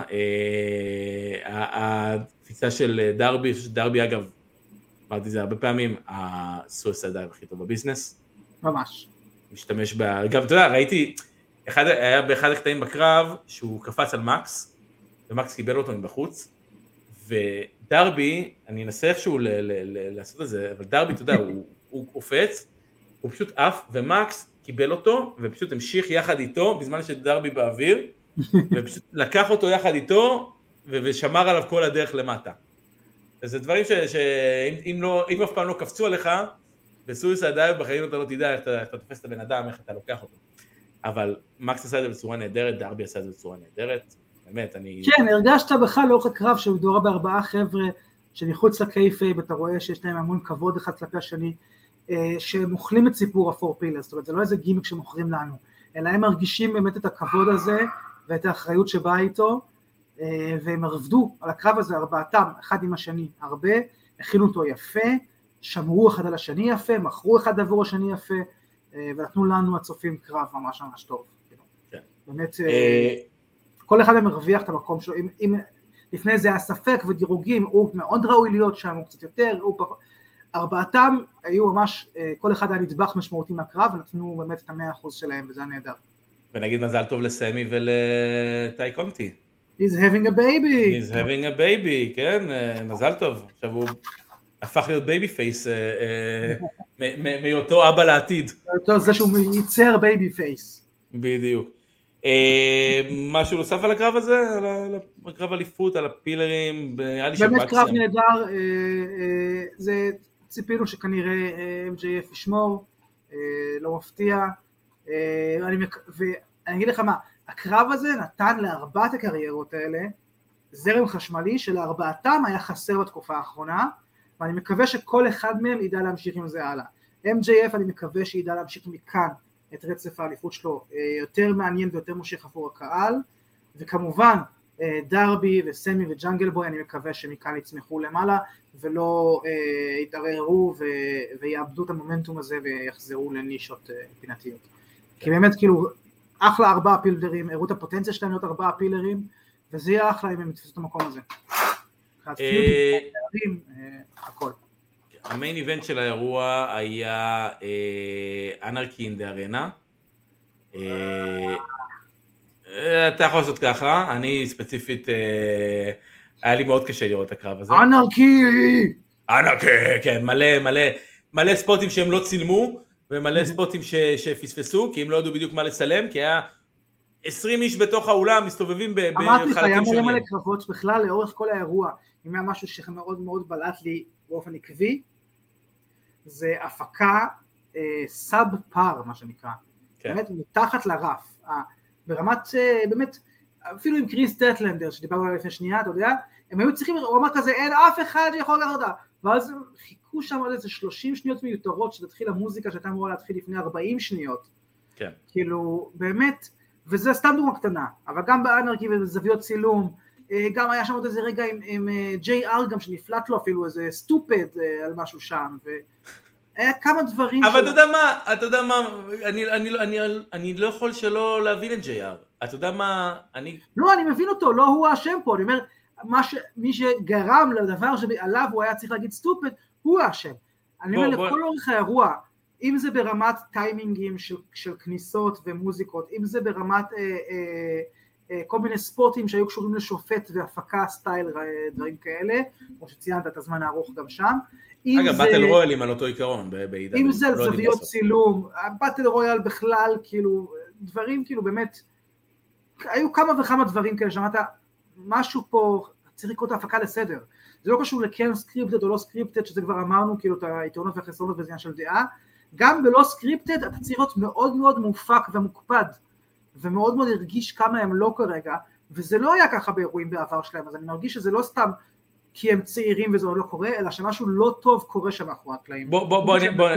הקפיצה של דרבי, דרבי אגב, אמרתי זה הרבה פעמים, הסויסייד דייב הכי טוב בביזנס. ממש. משתמש ב... גם אתה יודע, ראיתי, היה באחד הקטעים בקרב, שהוא קפץ על מקס, ומקס קיבל אותו מבחוץ, ודרבי, אני אנסה איכשהו לעשות את זה, אבל דרבי, אתה יודע, הוא קופץ, הוא פשוט עף, ומקס קיבל אותו, ופשוט המשיך יחד איתו, בזמן שדרבי באוויר, ופשוט לקח אותו יחד איתו, ושמר עליו כל הדרך למטה. אז זה דברים שאם לא, אם אף פעם לא קפצו עליך, בסויסייד דייב בחיים אתה לא תדע איך אתה, אתה תופס את הבן אדם, איך אתה לוקח אותו. אבל מקס עשה את זה בצורה נהדרת, דרבי עשה את זה בצורה נהדרת, באמת, אני... כן, הרגשת בכלל לאורך הקרב שמדובר בארבעה חבר'ה שמחוץ לקייפייב, אתה רואה שיש להם המון כבוד אחד כלפי השני, שמוכלים את סיפור הפור פילרס, זאת אומרת, זה לא איזה גימיק שמוכרים לנו, אלא הם מרגישים באמת את הכבוד הזה, ואת האחריות שבאה איתו, והם עבדו על הקרב הזה ארבעתם, אחד עם השני, הרבה, הכינו אותו יפה, שמרו אחד על השני יפה, מכרו אחד עבור השני יפה, ונתנו לנו הצופים קרב ממש ממש טוב. באמת, כל אחד מרוויח את המקום שלו, אם לפני זה היה ספק ודירוגים, הוא מאוד ראוי להיות שם, הוא קצת יותר, הוא פחות, ארבעתם היו ממש, כל אחד היה נדבך משמעותי מהקרב, ונתנו באמת את המאה אחוז שלהם, וזה היה נהדר. ונגיד מזל טוב לסמי ולטאי קונטי. He's having a baby. He's having a baby, כן, מזל טוב. עכשיו הוא הפך להיות בייבי פייס מאותו אבא לעתיד. זה שהוא ייצר בייבי פייס. בדיוק. משהו נוסף על הקרב הזה? על הקרב אליפות, על הפילרים? באמת קרב נהדר, זה ציפינו שכנראה אם ג'יי אף ישמור, לא מפתיע, ואני אגיד לך מה, הקרב הזה נתן לארבעת הקריירות האלה זרם חשמלי שלארבעתם היה חסר בתקופה האחרונה, ואני מקווה שכל אחד מהם ידע להמשיך עם זה הלאה. אם ג'יי אף אני מקווה שידע להמשיך מכאן את רצף האליפות שלו יותר מעניין ויותר מושך עבור הקהל, וכמובן דרבי וסמי וג'אנגל בוי אני מקווה שמכאן יצמחו למעלה ולא אה, יתערערו ו- ויאבדו את המומנטום הזה ויחזרו לנישות אה, פינתיות. כן. כי באמת כאילו אחלה ארבעה פילדרים, הראו את הפוטנציה שלהם להיות ארבעה פילרים, וזה יהיה אחלה אם הם יתפסו את המקום הזה. הכל. המיין איבנט של האירוע היה אנרקי אין דה ארנה. אתה יכול לעשות ככה, אני ספציפית, היה לי מאוד קשה לראות את הקרב הזה. אנרקי! אנרקי, כן, מלא, מלא, מלא ספוטים שהם לא צילמו, ומלא ספוטים שפספסו, כי הם לא ידעו בדיוק מה לצלם, כי היה עשרים איש בתוך האולם, מסתובבים בחלקים שונים. אמרתי לך, היה מלא מלא קרבות בכלל לאורך כל האירוע, אם היה משהו שמאוד מאוד בלט לי באופן עקבי, זה הפקה סאב פאר, מה שנקרא, באמת מתחת לרף, ברמת, באמת, אפילו עם קריס טטלנדר, שדיברנו עליו לפני שנייה, אתה יודע, הם היו צריכים, הוא אמר כזה, אין אף אחד שיכול לקחת אותה, ואז הם חיכו שם על איזה שלושים שניות מיותרות, שתתחיל המוזיקה שהייתה אמורה להתחיל לפני ארבעים שניות, כן. כאילו, באמת, וזה סתם דוגמה קטנה, אבל גם באנרקי ובזוויות צילום, גם היה שם עוד איזה רגע עם, עם ג'יי אר גם שנפלט לו אפילו איזה סטופד על משהו שם, והיה כמה דברים... אבל אתה יודע מה, אתה יודע מה, אני, אני, אני, אני לא יכול שלא להבין את ג'יי אר, אתה יודע מה, אני... לא, אני מבין אותו, לא הוא האשם פה, אני אומר, ש... מי שגרם לדבר שעליו הוא היה צריך להגיד סטופד, הוא האשם. אני אומר, לכל אורך האירוע, אם זה ברמת טיימינגים של, של כניסות ומוזיקות, אם זה ברמת... אה, אה, כל מיני ספוטים שהיו קשורים לשופט והפקה סטייל דברים כאלה, כמו שציינת את הזמן הארוך גם שם. אגב, באטל רויאלים על אותו עיקרון. אם זה על זוויות צילום, באטל רויאל בכלל, כאילו, דברים כאילו באמת, היו כמה וכמה דברים כאלה, שמעת, משהו פה, צריך לקרוא את ההפקה לסדר. זה לא קשור לכן סקריפטד או לא סקריפטד, שזה כבר אמרנו, כאילו, את היתרונות והחסרונות בזמן של דעה, גם בלא סקריפטד, אתה צריך להיות מאוד מאוד מופק ומוקפד, ומאוד מאוד הרגיש כמה הם לא כרגע, וזה לא היה ככה באירועים בעבר שלהם, אז אני מרגיש שזה לא סתם כי הם צעירים וזה לא קורה, אלא שמשהו לא טוב קורה שם מאחורי הקלעים. בוא, בוא, בוא, בוא,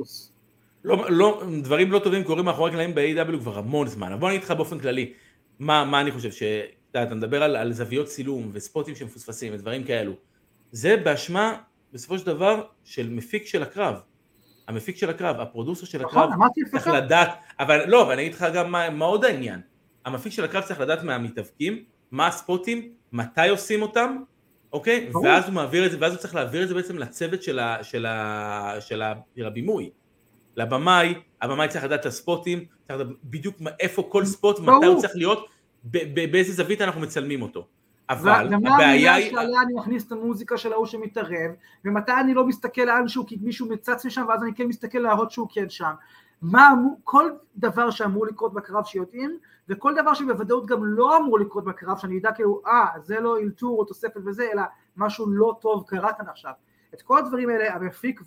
לא, לא, דברים לא טובים קורים מאחורי הקלעים ב-איי דאבליו כבר המון זמן, אבל בוא אני איתך באופן כללי, מה, מה אני חושב, שאתה מדבר על, על זוויות צילום וספוטים שמפוספסים ודברים כאלו, זה באשמה בסופו של דבר של מפיק של הקרב, המפיק של הקרב, הפרודוסר של הקרב, צריך לדעת, אבל לא, ואני אגיד לך גם מה, מה עוד העניין, המפיק של הקרב צריך לדעת מהמתאבקים, מה הספוטים, מתי עושים אותם, אוקיי? ואז הוא מעביר את זה, ואז הוא צריך להעביר את זה בעצם לצוות של ה, של ה, של ה, של הבימוי, לבמאי, הבמאי צריך לדעת את הספוטים, צריך לדעת בדיוק איפה כל ספוט, מתי הוא צריך להיות, באיזה זווית אנחנו מצלמים אותו. אבל הבעיה היא... שעליה אני מכניס את המוזיקה של ההוא שמתערב, ומתי אני לא מסתכל לאנשהו כי מישהו מצץ משם, ואז אני כן מסתכל להראות שהוא כן שם. מה, כל דבר שאמור לקרות בקרב שיודעים, וכל דבר שבוודאות גם לא אמור לקרות בקרב, שאני יודע כאילו, אה, זה לא אילתור או תוספת וזה, אלא משהו לא טוב קרה כאן עכשיו. את כל הדברים האלה, המפיק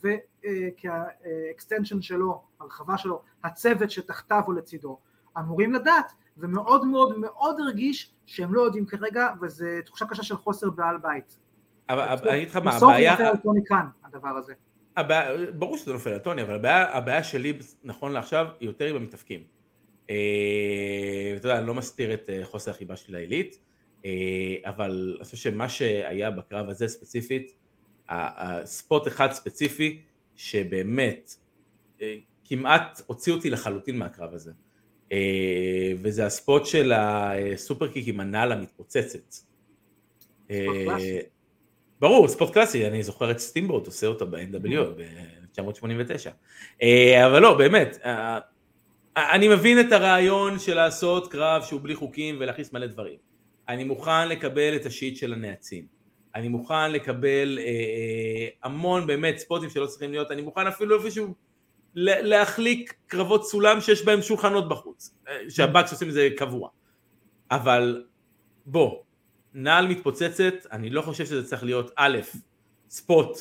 וכהאקסטנשן שלו, הרחבה שלו, הצוות שתחתיו או לצידו, אמורים לדעת, ומאוד מאוד מאוד הרגיש שהם לא יודעים כרגע, וזו תחושה קשה של חוסר בעל בית. אבל אני אגיד לך מה, בסוף נופל על טוני כאן, הדבר הזה. ברור שזה נופל על טוני, אבל הבעיה שלי, נכון לעכשיו, היא יותר עם המתאבקים. אתה יודע, אני לא מסתיר את חוסר החיבה של העילית, אבל אני חושב שמה שהיה בקרב הזה ספציפית, הספוט אחד ספציפי, שבאמת כמעט הוציא אותי לחלוטין מהקרב הזה. וזה הספוט של הסופר קיק עם הנעל המתפוצצת. ספוט קלאסי. ברור, ספוט קלאסי, אני זוכר את סטימבוט, עושה אותה ב-אן דאבליו ב-אלף תשע מאות שמונים ותשע. אבל לא, באמת, אני מבין את הרעיון של לעשות קרב שהוא בלי חוקים ולהכניס מלא דברים. אני מוכן לקבל את השיט של הנעצים. אני מוכן לקבל המון באמת ספוטים שלא צריכים להיות, אני מוכן אפילו איפשהו להחליק קרבות סולם שיש בהם שולחנות בחוץ, שהבאקס עושים את זה קבוע. אבל בוא, נעל מתפוצצת, אני לא חושב שזה צריך להיות א', ספוט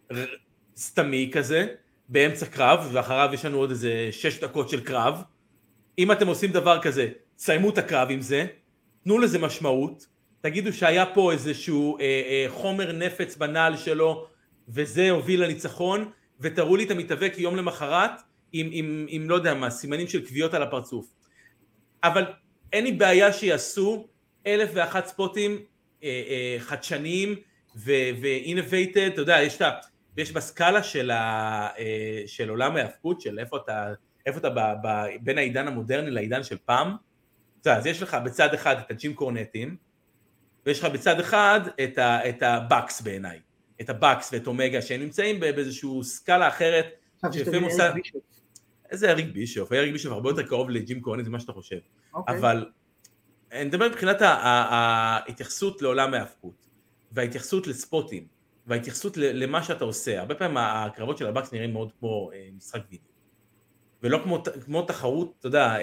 סתמי כזה, באמצע קרב, ואחריו יש לנו עוד איזה שש דקות של קרב. אם אתם עושים דבר כזה, סיימו את הקרב עם זה, תנו לזה משמעות, תגידו שהיה פה איזשהו אה, אה, חומר נפץ בנעל שלו, וזה הוביל לניצחון, ותראו לי את המתאבק יום למחרת, עם, עם, עם לא יודע מה, סימנים של קביעות על הפרצוף. אבל אין לי בעיה שיעשו אלף ואחת ספוטים אה, אה, חדשניים ו-innovated, אתה יודע, יש, יש בסקאלה של, ה, אה, של עולם ההאבקות, של איפה אתה, איפה אתה ב, ב, בין העידן המודרני לעידן של פעם, אז יש לך בצד אחד את הג'ים קורנטים, ויש לך בצד אחד את, ה, את הבקס בעיניי, את הבקס ואת אומגה, שהם נמצאים באיזושהי סקאלה אחרת, שלפעמים עושה... איזה אריק בישוף, אריק בישוף הרבה יותר קרוב לג'ים קורנט, זה מה שאתה חושב. אבל אני מדבר מבחינת ההתייחסות לעולם ההאבקות, וההתייחסות לספוטים, וההתייחסות למה שאתה עושה. הרבה פעמים הקרבות של הבקס נראים מאוד כמו משחק וידאו, ולא כמו תחרות, אתה יודע,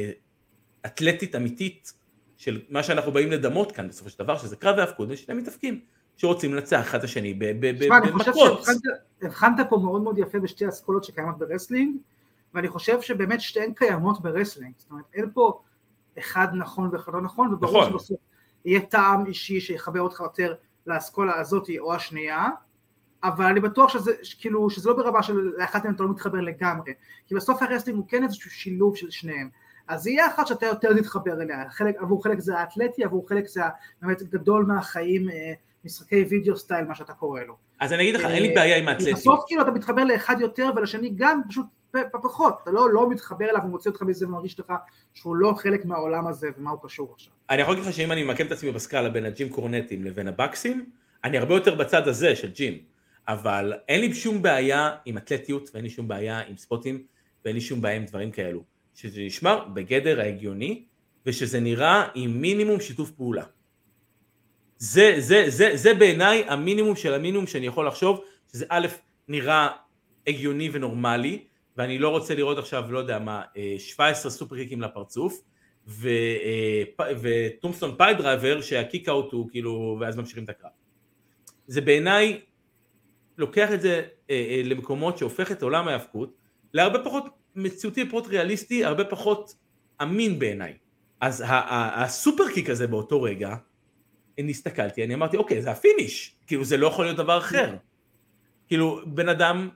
אתלטית אמיתית, של מה שאנחנו באים לדמות כאן בסופו של דבר, שזה קרב ההאבקות, ושני מתאבקים שרוצים לנצח אחד השני במכות. אני חושב שהבחנת פה מאוד מאוד יפה בשתי אסכולות שקיימות ברסלינג, ואני חושב שבאמת שתיהן קיימות ברסלינג, זאת אומרת, אין פה אחד נכון ואחד לא נכון, וברור שבסוף יהיה טעם אישי שיחבר אותך יותר לאסכולה הזאת או השנייה, אבל אני בטוח שזה, כאילו, שזה לא ברמה של לאחת מהם אתה לא מתחבר לגמרי, כי בסוף הרסלינג הוא כן איזשהו שילוב של שניהם, אז יהיה אחת שאתה יותר תתחבר אליה, חלק, עבור חלק זה האתלטי, עבור חלק זה באמת גדול מהחיים, משחקי וידאו סטייל, מה שאתה קורא לו. אז אני אגיד לך, אין לי בעיה עם האתלטי. בסוף כאילו אתה מתחבר לאחד יותר ולשני גם פשוט פחות, אתה לא, לא מתחבר אליו ומוציא אותך מזה ומרגיש לך שהוא לא חלק מהעולם הזה ומה הוא קשור עכשיו. אני יכול להגיד לך שאם אני ממקם את עצמי בסקאלה בין הג'ים קורנטים לבין הבקסים, אני הרבה יותר בצד הזה של ג'ים, אבל אין לי שום בעיה עם אתלטיות ואין לי שום בעיה עם ספוטים ואין לי שום בעיה עם דברים כאלו, שזה נשמר בגדר ההגיוני ושזה נראה עם מינימום שיתוף פעולה. זה, זה, זה, זה בעיניי המינימום של המינימום שאני יכול לחשוב, שזה א' נראה הגיוני ונורמלי, ואני לא רוצה לראות עכשיו, לא יודע מה, שבע עשרה סופר קיקים לפרצוף, וטומסטון פייל דרייבר, שהקיק אאוט הוא כאילו, ואז ממשיכים את הקרב. זה בעיניי, לוקח את זה למקומות שהופך את עולם ההאבקות, להרבה פחות מציאותי ופחות ריאליסטי, הרבה פחות אמין בעיניי. אז הסופר קיק הזה באותו רגע, אני הסתכלתי, אני אמרתי, אוקיי, זה הפיניש, כאילו זה לא יכול להיות דבר אחר. כאילו, בן אדם,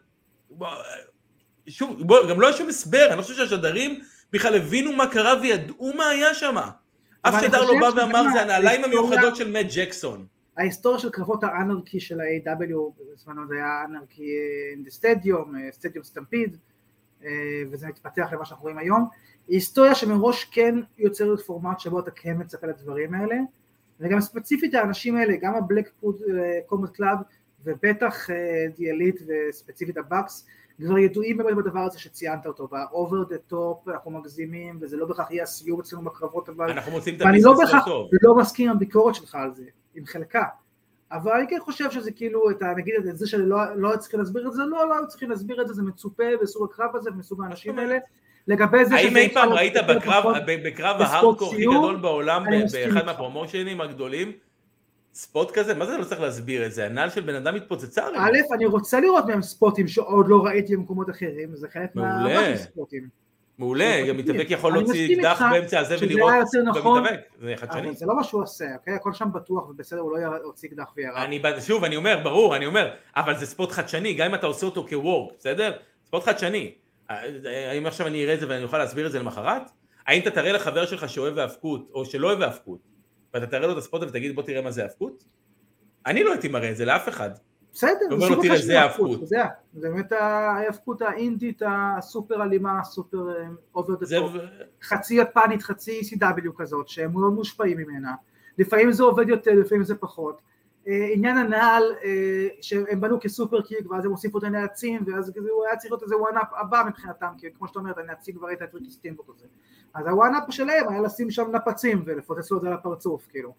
שוב, בוא, גם לא יש שום הסבר, אני לא חושב שהשדרים בכלל הבינו מה קרה וידעו מה היה שם. אף שדר לא בא ואמר, זה הנעליים המיוחדות של מאט ג'קסון. ההיסטוריה של קרבות האנרקי של ה-איי דאבליו, בזמנו זה היה אנרקי in the stadium, stadium stampede, וזה מתפתח למה שאנחנו רואים היום, היא היסטוריה שמראש כן יוצרת פורמט שבו אתה כן מצפה לדברים האלה, וגם ספציפית האנשים האלה, גם הבלקפוד קומבט קלאב, ובטח דיאליט וספציפית הבקס, כבר ידועים באמת בדבר הזה שציינת אותו, ב-over the top, אנחנו מגזימים, וזה לא בכך יהיה הסיום אצלנו בקרבות, אבל... אנחנו מוצאים את הביסוס לא טוב. ואני לא מסכים עם הביקורת שלך על זה, עם חלקה. אבל אני כן חושב שזה כאילו, נגיד את זה שלא צריכים להסביר את זה, לא, לא צריכים להסביר את זה, זה מצופה בסוג הקרב הזה, מסוג האנשים האלה. לגבי זה... האם אי פעם ראית בקרב ההארדקור הכי גדול בעולם, באחד מהפרומושנים הגדולים, ספוט כזה? מה זה לא צריך להסביר את זה? הנעל של בן אדם מתפוצצה? א', אני רוצה לראות מהם ספוטים שעוד לא ראיתי במקומות אחרים, זה חלק מהרבה ספוטים. מעולה, גם מתאבק יכול להוציא אקדח באמצע הזה ולראות במתאבק, זה חדשני. אבל זה לא מה שהוא עושה, אוקיי? הכל שם בטוח ובסדר, הוא לא יוציא אקדח וירה. שוב, אני אומר, ברור, אני אומר, אבל זה ספוט חדשני, גם אם אתה עושה אותו כוורק, בסדר? ספוט חדשני. האם עכשיו אני אראה את זה ואני אוכל להסביר את זה למחרת? האם אתה תראה לחבר שלך שאוהב האבקות, או שלא אוהב האבקות, ואתה תראה לו את הספוט ותגיד בוא תראה מה זה האבקות? אני לא הייתי מראה את זה לאף אחד. בסדר, זה סוג אחר של האבקות, זה באמת האבקות האינדית, הסופר אלימה, הסופר אובר דה טופ, חצי יפנית, חצי סי דאבליו כזאת, שהם מאוד מושפעים ממנה, לפעמים זה עובד יותר, לפעמים זה פחות, עניין הנעל שהם בנו כסופר קיק, ואז הם הוסיפו את הנעצים, ואז הוא היה צריך להיות איזה וואנאפ הבא מבחינתם, כי כמו שאתה אומרת, הנעצים כבר הייתה טריקי סטימבוק הזה, אז הוואנאפ שלהם היה לשים שם נפצים, ולפוצץ לו את זה לפרצוף, כאילו.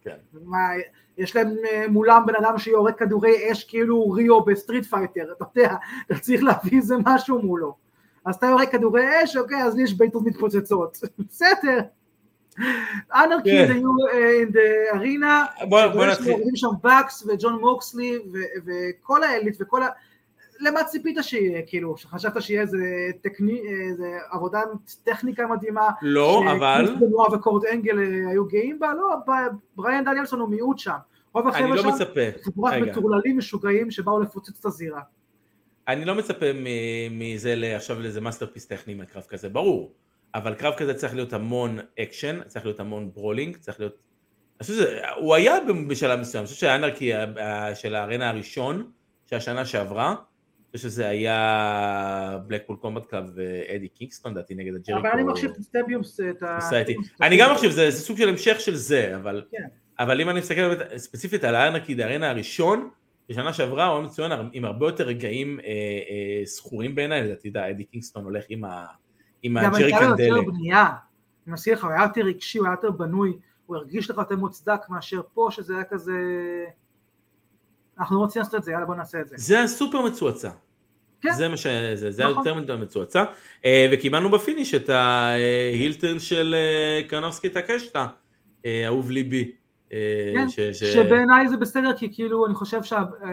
יש להם מולם בן אדם שיורק כדורי אש, כאילו ריו בסטריט פייטר, אתה יודע, אתה צריך להביא איזה משהו מולו. אז אתה יורק כדורי אש, אוקיי, אז יש ביתות מתפוצצות. בסדר. אנרקי זה in the arena, בוא נתחיל. שם בקס וג'ון מוקסלי וכל האליט וכל ה... למה ציפית שיהיה, כאילו, שחשבת שיהיה איזה עבודה טכניקה מדהימה, לא, אבל... שקריס בנועה וקורט אנגל היו גאים בה, לא, בריאן דניאלסון הוא מיעוט שם, רוב החבר'ה לא שם, מצפה. חבורת מטורללים משוגעים שבאו לפוצץ את הזירה. אני לא מצפה מזה עכשיו לאיזה מאסטרפיס טכני מהקרב כזה, ברור. אבל קרב כזה צריך להיות המון אקשן, צריך להיות המון ברולינג, צריך להיות... אני חושב שזה, הוא היה בשלב מסוים, אני חושב שהאנרקי של הארנה הראשון, שהשנה שעברה, אני חושב שזה היה בלקפול קומבט קלאב ואדי קינגסטון, דעתי נגד הג'ריקו. אבל אני מחשיב את הסטביומס, את ה... אני גם מחשיב, זה סוג של המשך של זה, אבל... אבל אם אני מסתכל ספציפית על האנרקי דארנה הראשון, בשנה שעברה הוא מצוין עם הרבה יותר רגעים סחורים בעיניי, לדעתי, אדי קינגסטון הולך עם הג'ריקן דלק. גם הייתה לו יותר בנייה, אני מזכיר לך, הוא היה יותר רגשי, הוא היה יותר בנוי, הוא הרגיש לך יותר מוצדק מאשר פה, שזה היה כזה... אנחנו רוצים לעשות את זה, יאללה בוא נעשה את זה. זה הסופר מצועצה. כן. זה מה שזה, זה היה יותר מדי מצועצה, וקיבלנו בפיניש את ההילטרן של קרנובסקי טקשטה, אהוב ליבי. כן, שבעיניי זה בסדר, כי כאילו אני חושב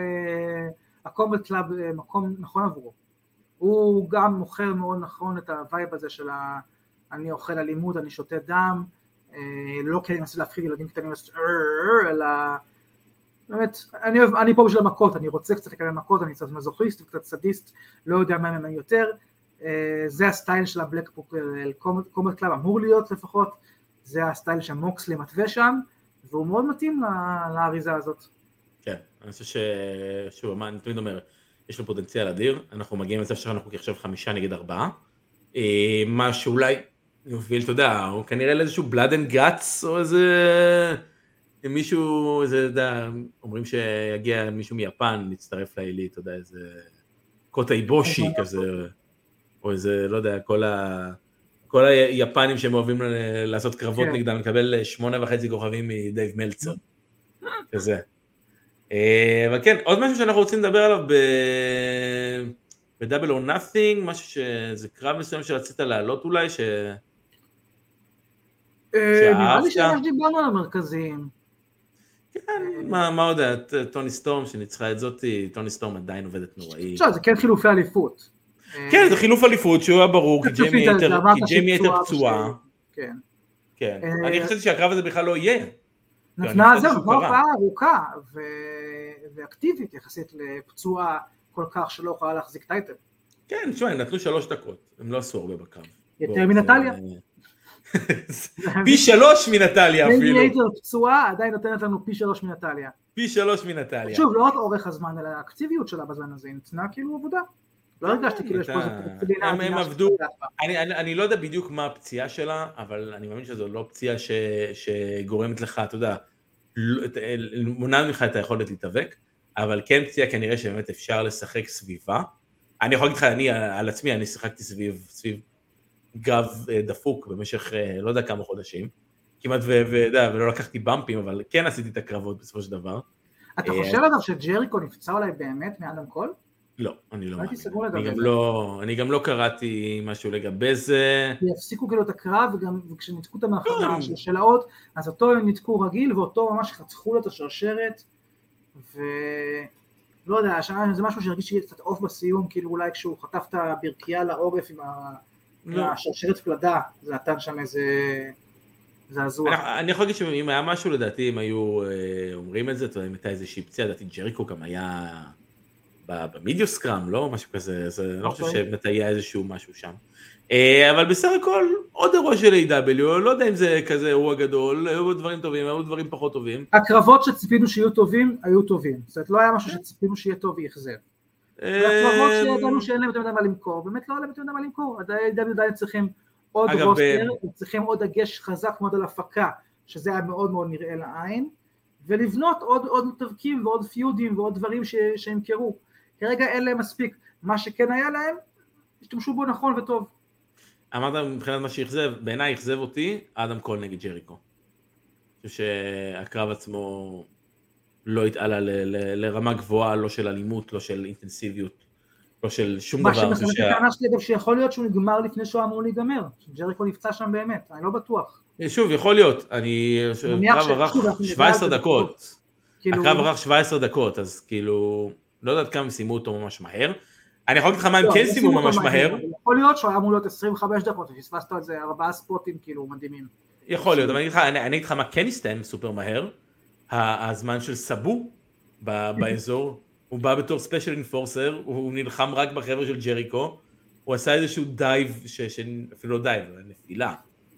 שהקומבט קלאב מקום נכון עבורו. הוא גם מוכר מאוד נכון את הווייב הזה של אני אוכל אלימות, אני שותה דם, לא כי אני מנסה להפחיד ילדים קטנים, אלא באמת, אני, אני פה בשביל המכות, אני רוצה קצת לקבל מכות, אני קצת מזוכיסט וקצת סדיסט, לא יודע מה ממני יותר, זה הסטייל של הבלקפול קומבט קלאב אמור להיות לפחות, זה הסטייל שמוקסלי מתווה שם, והוא מאוד מתאים לאריזה הזאת. כן, אני חושב ש... שוב, מה אני תמיד אומר, יש לו פוטנציאל אדיר, אנחנו מגיעים למצב שאנחנו עכשיו חמישה נגד ארבעה, מה שאולי יוביל, אתה יודע, הוא כנראה לאיזשהו בלאד אנד גאץ, או איזה... מישהו, איזה, אתה יודע, אומרים שיגיע מישהו מיפן, להצטרף לעילית, אתה יודע, איזה... קוטה איבושי כזה, או איזה, לא יודע, כל ה... כל היפנים שהם אוהבים לעשות קרבות נגדם, לקבל שמונה וחצי כוכבים מדייב מלצר, כזה. אבל כן, עוד משהו שאנחנו רוצים לדבר עליו ב-Double or Nothing, משהו שזה קרב מסוים שרצית לעלות אולי, ש... נראה לי שמש דיברנו על המרכזיים. כן, מה עוד, טוני סטורם שניצחה את זאתי, טוני סטורם עדיין עובדת נוראי. זה כן חילופי אליפות. כן, זה חילוף אליפות שהוא היה ברור, כי ג'יימי יותר פצועה. כן. כן, אני חשבתי שהקרב הזה בכלל לא יהיה. נתנה זהו, נתנה הופעה ארוכה ואקטיבית יחסית לפצועה כל כך שלא יכולה להחזיק טייטל. כן, תשמע, הם נתנו שלוש דקות, הם לא עשו הרבה בקרב. יותר מנטליה. פי שלוש מנטליה אפילו. ג'יימי הייטר פצועה עדיין נותנת לנו פי שלוש מנטליה. פי שלוש מנטליה. שוב, לא רק אורך הזמן, אלא האקטיביות שלה בזמן הזה, היא נתנה כאילו עבודה. לא הרגשתי כאילו יש פה איזה פציעה. הם עבדו, אני לא יודע בדיוק מה הפציעה שלה, אבל אני מאמין שזו לא פציעה שגורמת לך, אתה יודע, מונעת ממך את היכולת להתאבק, אבל כן פציעה כנראה שבאמת אפשר לשחק סביבה. אני יכול להגיד לך, אני על עצמי, אני שיחקתי סביב, סביב גב דפוק במשך לא יודע כמה חודשים, כמעט ולא לקחתי במפים, אבל כן עשיתי את הקרבות בסופו של דבר. אתה חושב אגב שג'ריקו נפצע אולי באמת מאדם קול? לא, אני לא מאמין. אני גם לא קראתי משהו לגבי זה. יפסיקו כאילו את הקרב, וכשניתקו את השלשלאות, אז אותו הם ניתקו רגיל, ואותו ממש חתכו לו את השרשרת, ולא יודע, זה משהו שהרגיש שיהיה קצת אוף בסיום, כאילו אולי כשהוא חטף את הברכייה לעורף עם השרשרת פלדה, זה נתן שם איזה זעזוע. אני יכול להגיד שאם היה משהו לדעתי, אם היו אומרים את זה, אם הייתה איזושהי פציעה, לדעתי ג'ריקו גם היה... במידיוס קראם, לא? משהו כזה, אני לא חושב שבאמת היה איזשהו משהו שם. אבל בסך הכל, עוד אירוע של איי דאבליו, לא יודע אם זה כזה אירוע גדול, היו דברים טובים, היו דברים פחות טובים. הקרבות שציפינו שיהיו טובים, היו טובים. זאת אומרת, לא היה משהו שציפינו שיהיה טוב ויחזר. הקרבות שידענו שאין להם יותר מדי מה למכור, באמת לא היה להם יותר מדי מה למכור. איי דאבליו עדיין צריכים עוד רוסטר, צריכים עוד דגש חזק מאוד על הפקה, שזה היה מאוד מאוד נראה לעין, ולבנות עוד מתאבקים ועוד פיודים ועוד דברים שימכרו. כרגע אין להם מספיק, מה שכן היה להם, השתמשו בו נכון וטוב. אמרת מבחינת מה שיחזב, בעיניי יחזב אותי, אדם קול נגד ג'ריקו. אני חושב שהקרב עצמו לא התעלה לרמה גבוהה, לא של אלימות, לא של אינטנסיביות, לא של שום דבר. מה שמחמת הטענה שלי אגב, שיכול להיות שהוא נגמר לפני שהוא אמור להיגמר, ג'ריקו נפצע שם באמת, אני לא בטוח. שוב, יכול להיות, אני... הקרב ערך שבע עשרה דקות, הקרב ערך שבע עשרה דקות, אז כאילו... לא יודעת כמה סיימו אותו ממש מהר, אני יכול להגיד לך מה הם כן סיימו ממש מהר. יכול להיות שהוא היה אמור להיות עשרים וחמש דקות, ופספסת את זה ארבעה ספוטים כאילו מדהימים. יכול להיות, אבל אני אגיד לך מה כן הסתיים סופר מהר, הזמן של סבו באזור, הוא בא בתור ספיישל אינפורסר, הוא נלחם רק בחבר'ה של ג'ריקו, הוא עשה איזשהו דייב, אפילו לא דייב, נפילה.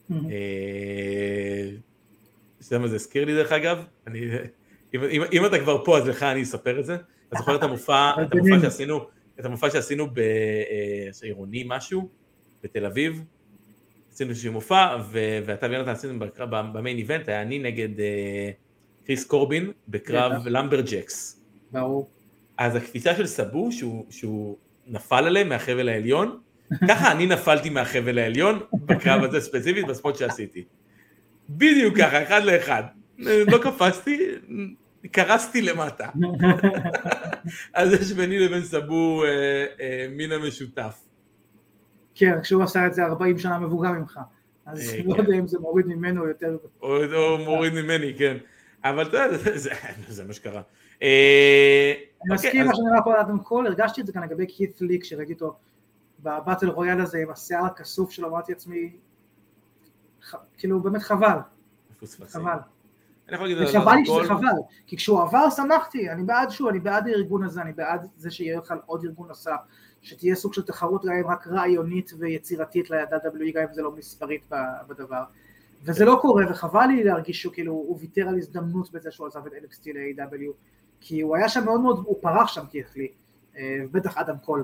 זה מה זה הזכיר לי דרך אגב, אם אתה כבר פה אז לך אני אספר את זה, אז זוכר את המופע שעשינו, את המופע שעשינו בעירוני משהו, בתל אביב, עשינו איזשהו מופע, ואתה ויונתן עשינו במיין איבנט, היה אני נגד קריס קורבין בקרב למברג'קס. ברור. אז הקפיצה של סבו, שהוא נפל עליהם מהחבל העליון, ככה אני נפלתי מהחבל העליון, בקרב הזה ספציפית, בספוט שעשיתי. בדיוק ככה, אחד לאחד. לא קפצתי, קרסתי למטה. אז יש ביני לבין סבו מין המשותף. כן, כשהוא עשה את זה ארבעים שנה מבוגר ממך. אז לא יודע אם זה מוריד ממנו יותר. או מוריד ממני, כן. אבל זה מה שקרה. אני מסכים מה שנראה פה על אדם קול, הרגשתי את זה כאן לגבי קית לי, כשראיתי אותו בבטל רויאל הזה עם השיער הכסוף שלו, אמרתי לעצמי, כאילו באמת חבל. חבל. וחבל לי שזה חבל, כי כשהוא עבר שמחתי, אני בעד שוב, אני בעד הארגון הזה, אני בעד זה שיהיה לך עוד ארגון נוסף, שתהיה סוג של תחרות להם רק רעיונית ויצירתית ל-דאבליו דאבליו אי, גם אם זה לא מספרית בדבר. וזה לא קורה, וחבל לי להרגיש שהוא כאילו, הוא ויתר על הזדמנות בזה שהוא עזב את אן אקס טי ל-איי דאבליו, כי הוא היה שם מאוד מאוד, הוא פרח שם כיחלי, בטח אדם קול.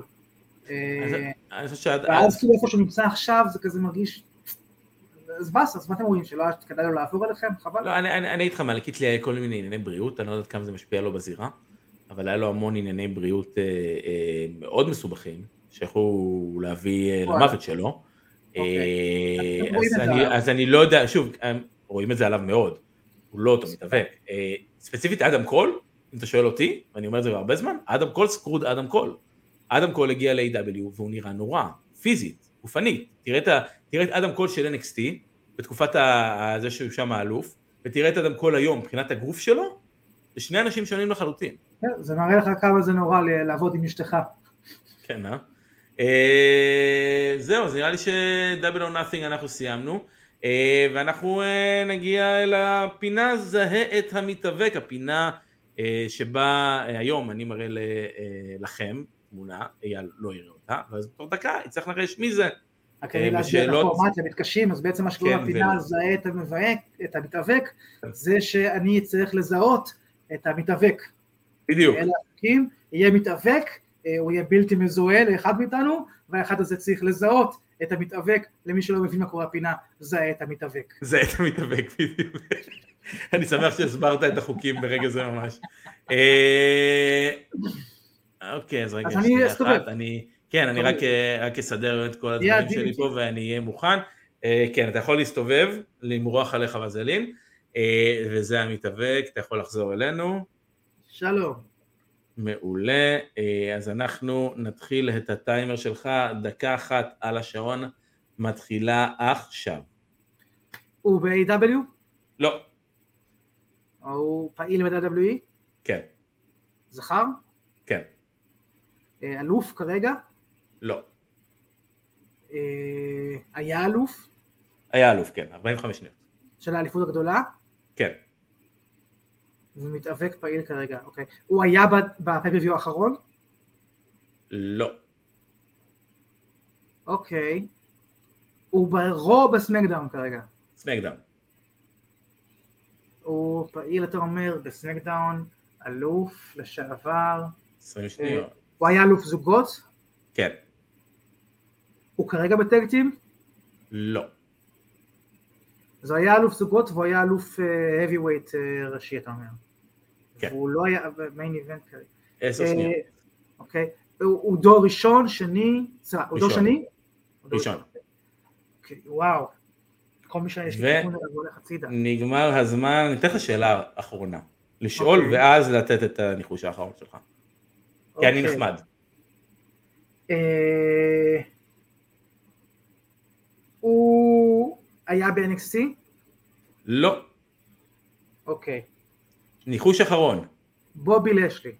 ואז כאילו איפה שהוא נמצא עכשיו, זה כזה מרגיש, אז בס, אז מה אתם רואים, שלא כדאי לו לעבור עליכם, חבל? לא, אני איתך, מלכית לי היה כל מיני ענייני בריאות, אני לא יודעת כמה זה משפיע לו בזירה, אבל היה לו המון ענייני בריאות מאוד מסובכים, שיכולו להביא למוות שלו, אז אני לא יודע, שוב, רואים את זה עליו מאוד, הוא לא אותו מתאבק, ספציפית אדם קול, אם אתה שואל אותי, ואני אומר את זה הרבה זמן, אדם קול סקרוד אדם קול, אדם קול הגיע ל-איי דאבליו והוא נראה נורא, פיזית, גופנית, תראה את אדם קול של אן אקס טי, בתקופת זה שהוא שם האלוף, ותראה את אדם קול היום, מבחינת הגוף שלו, זה שני אנשים שונים לחלוטין. זה מראה לך כמה זה נורא לעבוד עם אשתך. כן, אה? זהו, אז נראה לי ש-Double or Nothing אנחנו סיימנו, ואנחנו נגיע אל הפינה זהה את המתאבק, הפינה שבה היום אני מראה לכם תמונה, אייל לא יראה אותה, ואז בתור דקה יצטרך לנחש מי זה. כדי להסביר את הפורמט למתקשים, אז בעצם מה שקורה בפינה זהה את המתאבק, זה שאני צריך לזהות את המתאבק. בדיוק. יהיה מתאבק, הוא יהיה בלתי מזוהה לאחד מאיתנו, והאחד הזה צריך לזהות את המתאבק, למי שלא מבין מה קורה בפינה, זהה את המתאבק. זהה את המתאבק, בדיוק. אני שמח שהסברת את החוקים ברגע זה ממש. אוקיי, אז רגע, שנייה אחת, אני, כן, אני רק אסדר את כל הדברים שלי פה ואני אהיה מוכן. כן, אתה יכול להסתובב, למרוח עליך וזלין, וזה המתאבק, אתה יכול לחזור אלינו. שלום. מעולה, אז אנחנו נתחיל את הטיימר שלך, דקה אחת על השעון, מתחילה עכשיו. הוא ב-איי דאבליו? לא. הוא פעיל ב-דאבליו דאבליו אי? כן. זכר? כן. אלוף כרגע? לא. היה אלוף? היה אלוף, כן, ארבעים וחמש שניות. של האליפות הגדולה? כן. ומתאבק פעיל כרגע, אוקיי. הוא היה בפייפריוויו האחרון? לא. אוקיי. הוא ברו בסמקדאון כרגע? סמקדאון. הוא פעיל, אתה אומר, בסמקדאון, אלוף, לשעבר. עשרים שניות. הוא היה אלוף זוגות? כן. הוא כרגע בטאג-טים? לא. אז הוא היה אלוף זוגות והוא היה אלוף heavyweight ראשי, אתה אומר. כן. והוא לא היה במיין איבנט כרגע. עשר שניות. אוקיי. הוא דור ראשון, שני, הוא דור שני? ראשון. אוקיי, וואו. כל מי שיש לי תמונה, הוא הולך הצידה. נגמר הזמן, אני אתן לך שאלה אחרונה. לשאול ואז לתת את הניחוש האחרון שלך. כי אני נחמד. הוא היה ב-אן אקס טי? לא. אוקיי. ניחוש אחרון. בובי לשלי.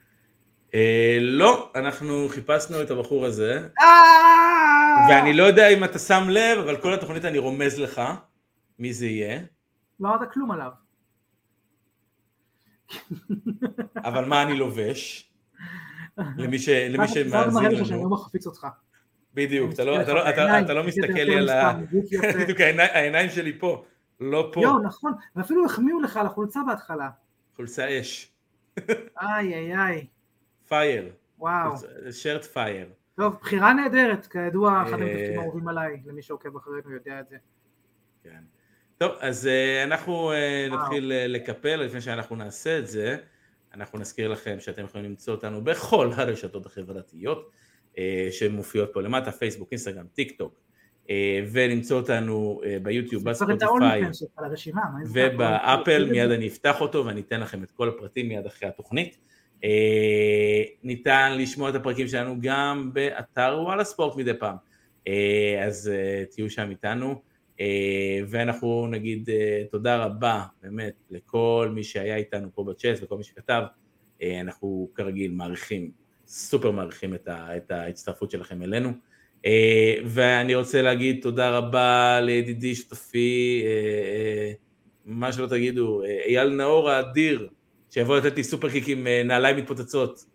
לא, אנחנו חיפשנו את הבחור הזה. ואני לא יודע אם אתה שם לב, אבל כל התוכנית אני רומז לך מי זה יהיה. לא אמרת כלום עליו. אבל מה אני לובש? למי שמאזין לנו. שאני לא מחפיץ אותך. בדיוק, אתה לא מסתכל לי על ה... בדיוק, העיניים שלי פה, לא פה. יו, נכון, ואפילו החמיאו לך על החולצה בהתחלה. חולצה אש. איי, איי, איי. פייר. וואו. שרט פייר. טוב, בחירה נהדרת, כידוע, אחד המתפקים האהובים עליי, למי שעוקב אחרינו יודע את זה. כן. טוב, אז אנחנו נתחיל לקפל, לפני שאנחנו נעשה את זה, אנחנו נזכיר לכם שאתם יכולים למצוא אותנו בכל הרשתות החברתיות, שמופיעות פה למטה, פייסבוק, אינסטגרם, טיק טוק, ולמצוא אותנו ביוטיוב, בספוטיפיי, ובאפל, מיד אני אפתח אותו ואני אתן לכם את כל הפרטים מיד אחרי התוכנית. ניתן לשמוע את הפרקים שלנו גם באתר וואלה ספורט מדי פעם, אז תהיו שם איתנו, ואנחנו נגיד תודה רבה באמת לכל מי שהיה איתנו פה בצ'אט וכל מי שכתב, אנחנו כרגיל מעריכים, סופר מעריכים את ההצטרפות שלכם אלינו, ואני רוצה להגיד תודה רבה לידידי שותפי, מה שלא תגידו, אייל נאור האדיר, שיבוא לתת לי סופר קיק עם נעליים מתפוצצות.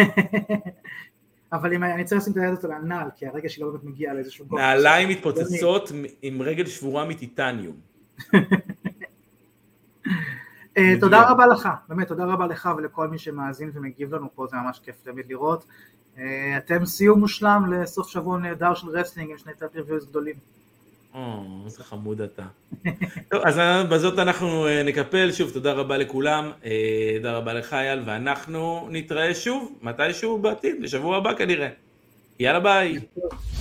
אבל אני צריך לשים את היד אותו לנעל, כי הרגע שלי לא באמת מגיע לאיזשהו גוף. נעליים מתפוצצות עם רגל שבורה מטיטניום. תודה רבה לך, באמת תודה רבה לך ולכל מי שמאזין ומגיב לנו פה, זה ממש כיף תמיד לראות. אתם סיום מושלם לסוף שבוע נהדר של רסלינג עם שני פייפריוויוז גדולים. או, איזה חמוד אתה. טוב, אז בזאת אנחנו נקפל, שוב תודה רבה לכולם, תודה רבה לך אייל, ואנחנו נתראה שוב, מתישהו בעתיד, לשבוע הבא כנראה. יאללה ביי.